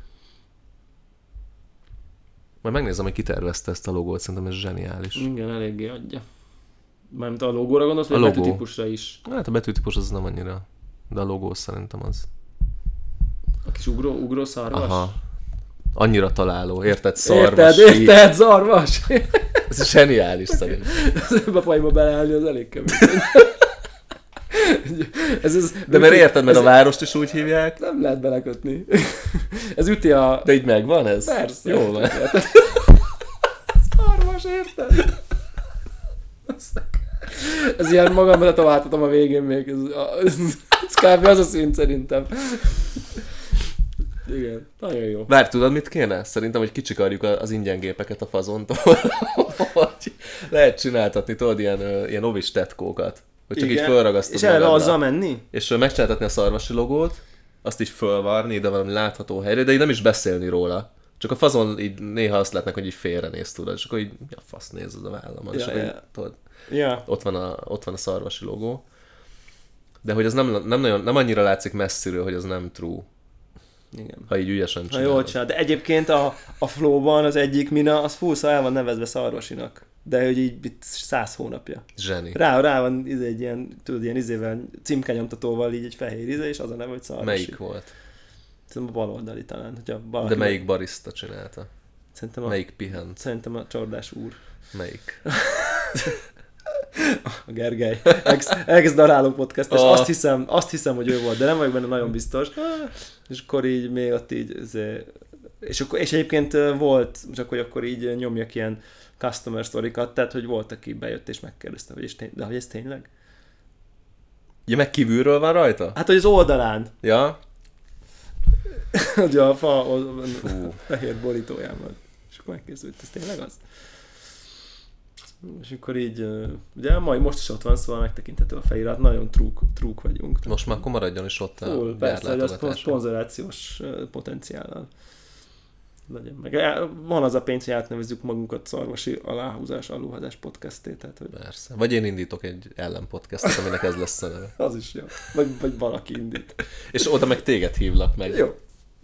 Majd megnézem, hogy kitervezte ezt a logót, szerintem ez zseniális. Igen, eléggé adja. Mármint a logóra gondolsz, vagy A a, logó. betűtípusra is? Hát a betűtípus az nem annyira, de a logó szerintem az. A kis ugró, ugró szarvas? Aha. Annyira találó, érted? Szarvas. Érted, érted, szarvas! Ez zseniális szerintem. Ebbe a fajba beleállni az elég kemény. ez, ez De mert üti- érted, mert ez a várost is úgy hívják. nem lehet belekötni. Ez üti a... De így megvan ez? Persze. Jó van. Szarvas, érted? Ez ilyen magamban letováltatom a végén még. Ez, ez, ez kb. Az a szint szerintem. Igen, nagyon jó. Várj, tudod mit kéne? Szerintem, hogy kicsikarjuk az ingyen gépeket a fazontól. Hogy lehet csináltatni, tudod, ilyen, ö, ilyen ovis tetkókat. Hogy csak Igen. így fölragasztod És el magadra. azzal menni? És ö, megcsináltatni a szarvasi logót, azt így fölvarni ide valami látható helyre, de így nem is beszélni róla. Csak a fazon így néha azt látnak, hogy így félrenéz, tudod, és akkor így, ja, fasz nézed a vállamon, és Ja, akkor így, ja. tudod, Ja. ott van, a, ott van a szarvasi logó. De hogy ez nem, nem, nagyon, nem annyira látszik messziről, hogy az nem true. Igen. Ha így ügyesen Na csinálod. jól csinál. De egyébként a, a Flow-ban az egyik mina, az full el van nevezve szarvasinak. De hogy így itt száz hónapja. Zseni. Rá, rá van izé, egy ilyen, tudod, ilyen izével, címkenyomtatóval így egy fehér íze, és az a neve, hogy szarvasi. Melyik volt? Szerintem a baloldali talán. Hogyha valaki De melyik barista csinálta? Szerintem a, Melyik pihent? Szerintem a csordás úr. Melyik? A Gergely. Ex, ex-daráló podcast, és Ah. azt hiszem, azt hiszem, hogy ő volt, de nem vagyok benne nagyon biztos. És akkor így még ott így, izé, és, akkor, és egyébként volt, csak hogy akkor így nyomjak ilyen customer story-kat, tehát hogy volt, aki bejött és megkérdezte, hogy és tény, de hogy ez tényleg? Ja, meg kívülről van rajta? Hát, hogy az oldalán, Ja? hogy a fa Fú. fehér borítójában. És akkor megkérdezett, ez tényleg az? És akkor így, ugye majd most is ott van, szóval megtekinthető a felirat, nagyon trúk, trúk vagyunk. Most már akkor maradjon is ott a Full, persze, hogy az gyárlátogatáson. szponzorációs ö, potenciállal legyen meg. El- Van az a pénz, hogy átnevezzük magunkat szarvasi aláhúzás, alulházás podcasté, tehát hogy Persze. Vagy én indítok egy ellenpodcastot, aminek ez lesz a neve. az is jó. Vagy, vagy valaki indít. És oda meg téged hívlak meg. Jó.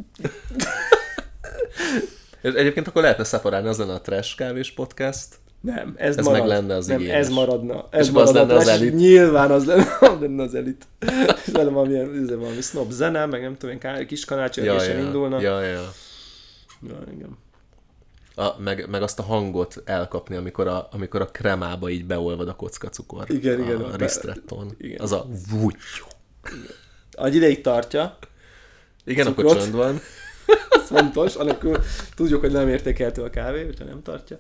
És egyébként akkor lehetne szeparálni, az lenne a Trash Kávés podcast. Nem, ez, Ez marad. meg lenne az Nem, igényes. ez maradna. Ez És az lenne az trash, elit. Nyilván az lenne, az lenne az elit. És lenne valamilyen, izé, valami snob zene, meg nem tudom, ilyen kis kanácsörgésen ja, indulna. ja, ja. Ja, igen. A, meg, meg azt a hangot elkapni, amikor a, amikor a kremába így beolvad a kocka cukor. Igen, a, igen. A ristretton. Igen. Az a vúgy. Egy ideig tartja. Igen, Cukrot. akkor csönd van. fontos, anélkül tudjuk, hogy nem értékelhető a kávé, hogyha nem tartja.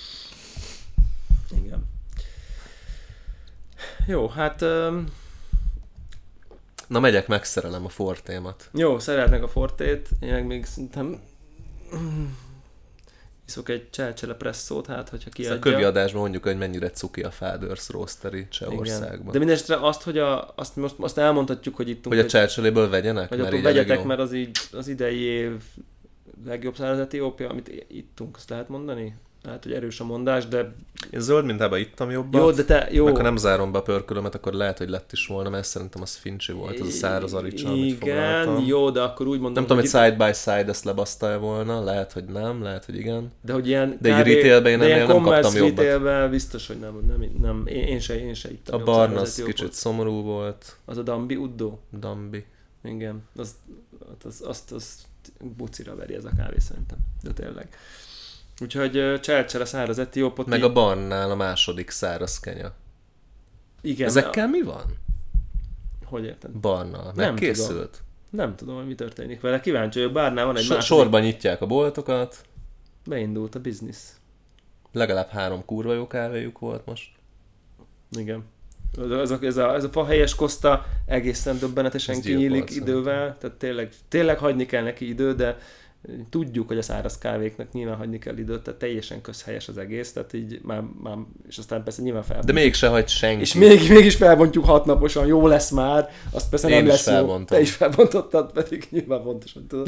Igen. Jó, hát... Um... Na megyek, megszerelem a fortémat. Jó, szeretnek a fortét, én meg még szerintem iszok egy cselcsele presszót, hát, hogyha kiadja. A kövi adásban mondjuk, hogy mennyire cuki a Fathers Roastery Csehországban. De mindenesetre azt, hogy a, azt most azt elmondhatjuk, hogy ittunk. Hogy a cselcseléből vegyenek? Hogy akkor vegyetek, mert az így az idei év legjobb száraz etiópia, amit ittunk, azt lehet mondani? Lehet, hogy erős a mondás, de... Én zöld mintában ittam jobban. Jó, de te... Jó. Meg ha nem zárom be a pörkölömet, akkor lehet, hogy lett is volna, mert szerintem az fincsi volt, az a száraz aricsa, amit foglaltam. Igen, jó, de akkor úgy mondom... Nem tudom, hogy side by side ezt lebasztál volna, lehet, hogy nem, lehet, hogy igen. De hogy ilyen... De egy retailben én ennél nem kaptam jobbat. Retailben biztos, hogy nem, nem, nem én, én se, én se ittam. A barna az kicsit szomorú volt. Az a Dambi Uddó? Dambi. Igen, az, az, azt, azt bucira veri ez a kávé szerintem, de tényleg. Úgyhogy cselcsele száraz etiópot. Meg a barnál a második száraz kenya. Igen. Ezekkel a... mi van? Hogy érted? Barna. Megkészült? Nem tudom. Nem tudom, hogy mi történik vele. Kíváncsi vagyok, bárnál van egy so- második... Sorban nyitják a boltokat. Beindult a biznisz. Legalább három kurva jó kávéjuk volt most. Igen. Ez a, ez a, ez a fahelyes koszta egészen döbbenetesen kinyílik idővel. Tehát tényleg, tényleg hagyni kell neki idő, de tudjuk, hogy a száraz kávéknak nyilván hagyni kell időt, tehát teljesen közhelyes az egész, tehát így már, már és aztán persze nyilván felbontjuk. De mégse hagy senki. És még, mégis felbontjuk hatnaposan, jó lesz már, azt persze Én nem lesz felbontom. Jó. Te is felbontottad, pedig nyilván pontosan tudod.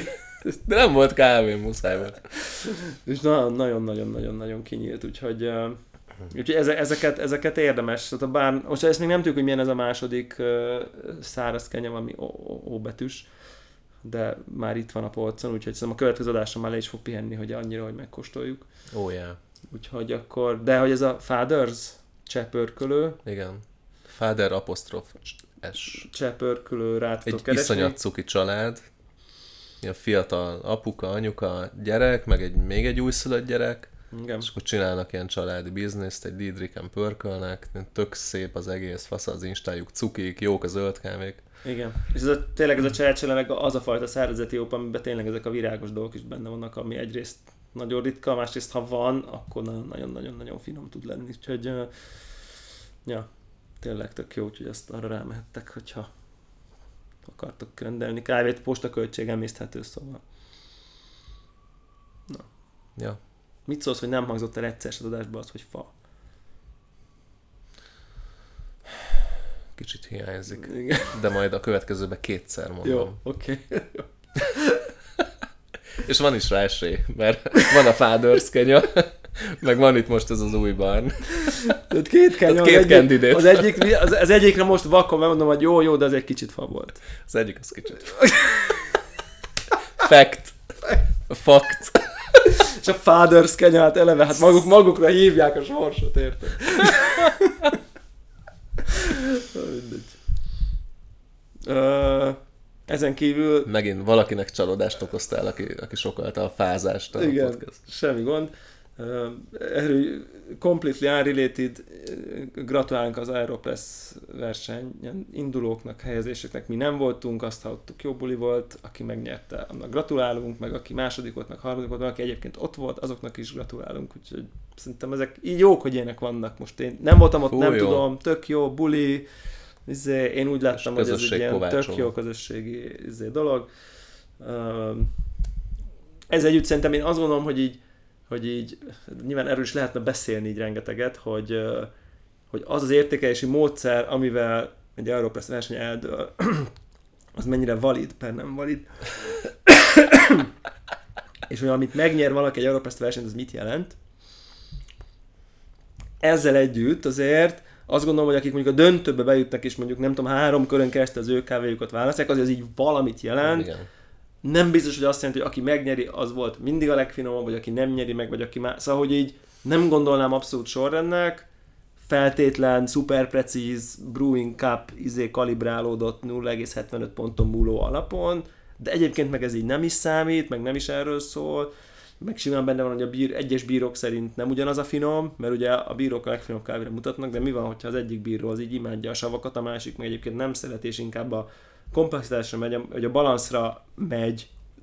De nem volt kávé, muszáj volt. És nagyon-nagyon-nagyon-nagyon kinyílt, úgyhogy, uh, úgyhogy ezeket, ezeket érdemes. Tehát a bár, most ezt még nem tudjuk, hogy milyen ez a második uh, száraz kenya, ami óbetűs, de már itt van a polcon, úgyhogy szerintem a következő adásra már le is fog pihenni, hogy annyira, hogy megkóstoljuk. Ó, oh, yeah. Úgyhogy akkor, de hogy ez a Fathers csepörkölő. Igen. Father apostrof S. Csepörkölő rá tudok Egy keresni. iszonyat cuki család. Ilyen fiatal apuka, anyuka, gyerek, meg egy, még egy újszülött gyerek. Igen. És akkor csinálnak ilyen családi bizniszt, egy Didriken pörkölnek, tök szép az egész, fasz az instájuk, cukik, jók a zöld kávék. Igen. És ez a, tényleg ez a cselcsele, az a fajta száraz etióp, amiben tényleg ezek a virágos dolgok is benne vannak, ami egyrészt nagyon ritka, másrészt ha van, akkor nagyon-nagyon-nagyon finom tud lenni. Úgyhogy uh, ja, tényleg tök jó, úgyhogy azt arra rámehettek, hogyha akartok rendelni kávét, postaköltség emészthető, szóval. Na. Ja. Mit szólsz, hogy nem hangzott el egyszer az adásban az, hogy fa? Kicsit hiányzik. Igen. De majd a következőben kétszer mondom. Jó, oké. Okay. És van is rá esély, mert van a Fathers kenya, meg van itt most ez az új barn. Tehát két kenya, két az, candidate. az, egyik, az, az egyikre most vakon megmondom, hogy jó, jó, de az egy kicsit fa volt. Az egyik az kicsit fa. Fact. Fact. És a Fathers kenya, hát eleve, hát maguk, magukra hívják a sorsot, érted? Mindegy. Uh, ezen kívül... Megint valakinek csalódást okoztál, aki, aki sokalta a fázást a igen, podcast. Semmi gond. Uh, erről completely unrelated, gratulálunk az Aeropress versenyen indulóknak, helyezéseknek. Mi nem voltunk, azt hallottuk, jó buli volt, aki megnyerte, annak gratulálunk, meg aki második volt, meg harmadik volt, meg aki egyébként ott volt, azoknak is gratulálunk, úgyhogy szerintem ezek így jók, hogy ilyenek vannak most. Én nem voltam ott, Fú, nem jó. tudom, tök jó, buli, izé, én úgy láttam, hogy ez egy ilyen kovácsoló. Tök jó közösségi izé, dolog. Ez együtt szerintem én azt gondolom, hogy így hogy így, nyilván erről is lehetne beszélni így rengeteget, hogy, hogy az az értékelési módszer, amivel egy Aeropress verseny eldől, az mennyire valid, per nem valid. És hogy amit megnyer valaki egy Aeropress versenyt, az mit jelent? Ezzel együtt azért azt gondolom, hogy akik mondjuk a döntőbe bejutnak, és mondjuk nem tudom, három körön keresztül az ő kávéjukat választják, azért az így valamit jelent. Igen. Nem biztos, hogy azt jelenti, hogy aki megnyeri, az volt mindig a legfinomabb, vagy aki nem nyeri meg, vagy aki már... Szóval, hogy így nem gondolnám abszolút sorrendnek, feltétlen, szuper precíz, Brewing Cup izé kalibrálódott nulla egész hetvenöt ponton múló alapon, de egyébként meg ez így nem is számít, meg nem is erről szól, meg simán benne van, hogy a bír, egyes bírók szerint nem ugyanaz a finom, mert ugye a bírók a legfinomabb kávére mutatnak, de mi van, hogyha az egyik bíró az így imádja a savakat, a másik meg egyébként nem szeret, és inkább a komplexitásra megy, hogy a balanszra megy,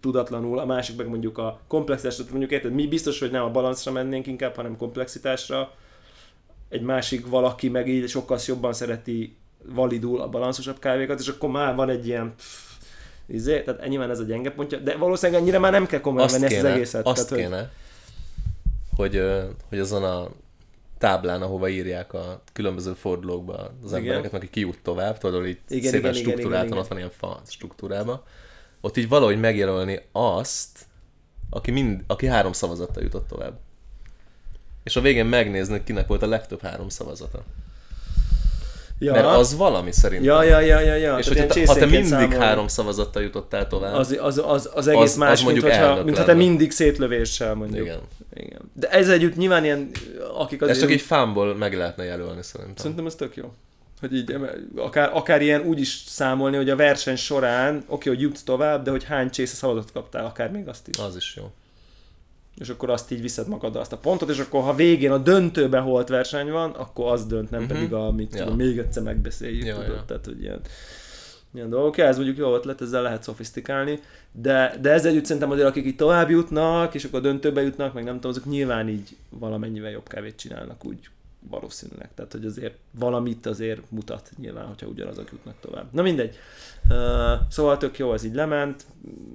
tudatlanul, a másik meg mondjuk a komplexitásra, mondjuk érted, mi biztos, hogy nem a balanszra mennénk inkább, hanem komplexitásra. Egy másik valaki meg így sokkal jobban szereti validul a balanszosabb kávékat, és akkor már van egy ilyen pff, izé, tehát nyilván ez a gyenge pontja, de valószínűleg ennyire már nem kell komolyan venni ezt az egészet. Azt tehát, kéne, hogy, hogy, hogy azon a táblán, ahova írják a különböző fordulókba az igen. embereket, aki kijut tovább, tudod, így igen, szépen igen, struktúráltan, igen, ott van ilyen fa struktúrában, ott így valahogy megjelölni azt, aki, mind, aki három szavazattal jutott tovább. És a végén megnézni, hogy kinek volt a legtöbb három szavazata. Ja. Mert az valami szerintem. Ja, ja, ja, ja, ja. És hogyha te, ha te mindig számolni. három szavazattal jutottál tovább, az, az, az, az egész az, más, az mint, hogyha, mint ha te mindig szétlövéssel mondjuk. Igen. Igen. De ez együtt nyilván ilyen, akik azért... Ez csak így fámból meg lehetne jelölni szerintem. Szerintem ez tök jó. Hogy így, akár, akár ilyen úgy is számolni, hogy a verseny során, oké, okay, hogy jutsz tovább, de hogy hány csésze szavazatot kaptál, akár még azt is. Az is jó. És akkor azt így viszed magaddal azt a pontot, és akkor ha végén a döntőben holt verseny van, akkor az dönt, nem uh-huh. pedig amit ja. tudom, még egyszer megbeszéljük, ja, tudod, ja. tehát hogy ilyen, ilyen dolgok. Ja, ez mondjuk jó ötlet, ezzel lehet szofisztikálni, de, de ezzel együtt szerintem azért, akik így tovább jutnak, és akkor a döntőbe jutnak, meg nem tudom, azok nyilván így valamennyivel jobb kávét csinálnak, úgy valószínűleg. Tehát, hogy azért valamit azért mutat nyilván, hogyha ugyanazok jutnak tovább. Na mindegy. Uh, szóval tök jó, ez így lement.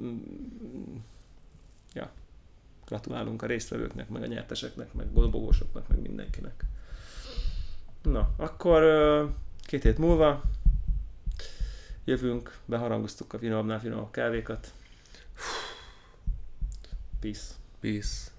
Ja. Gratulálunk a résztvevőknek, meg a nyerteseknek, meg boldogósoknak, meg mindenkinek. Na, akkor két hét múlva jövünk, beharangoztuk a finomabbnál finomabb kávékat. Peace. Peace.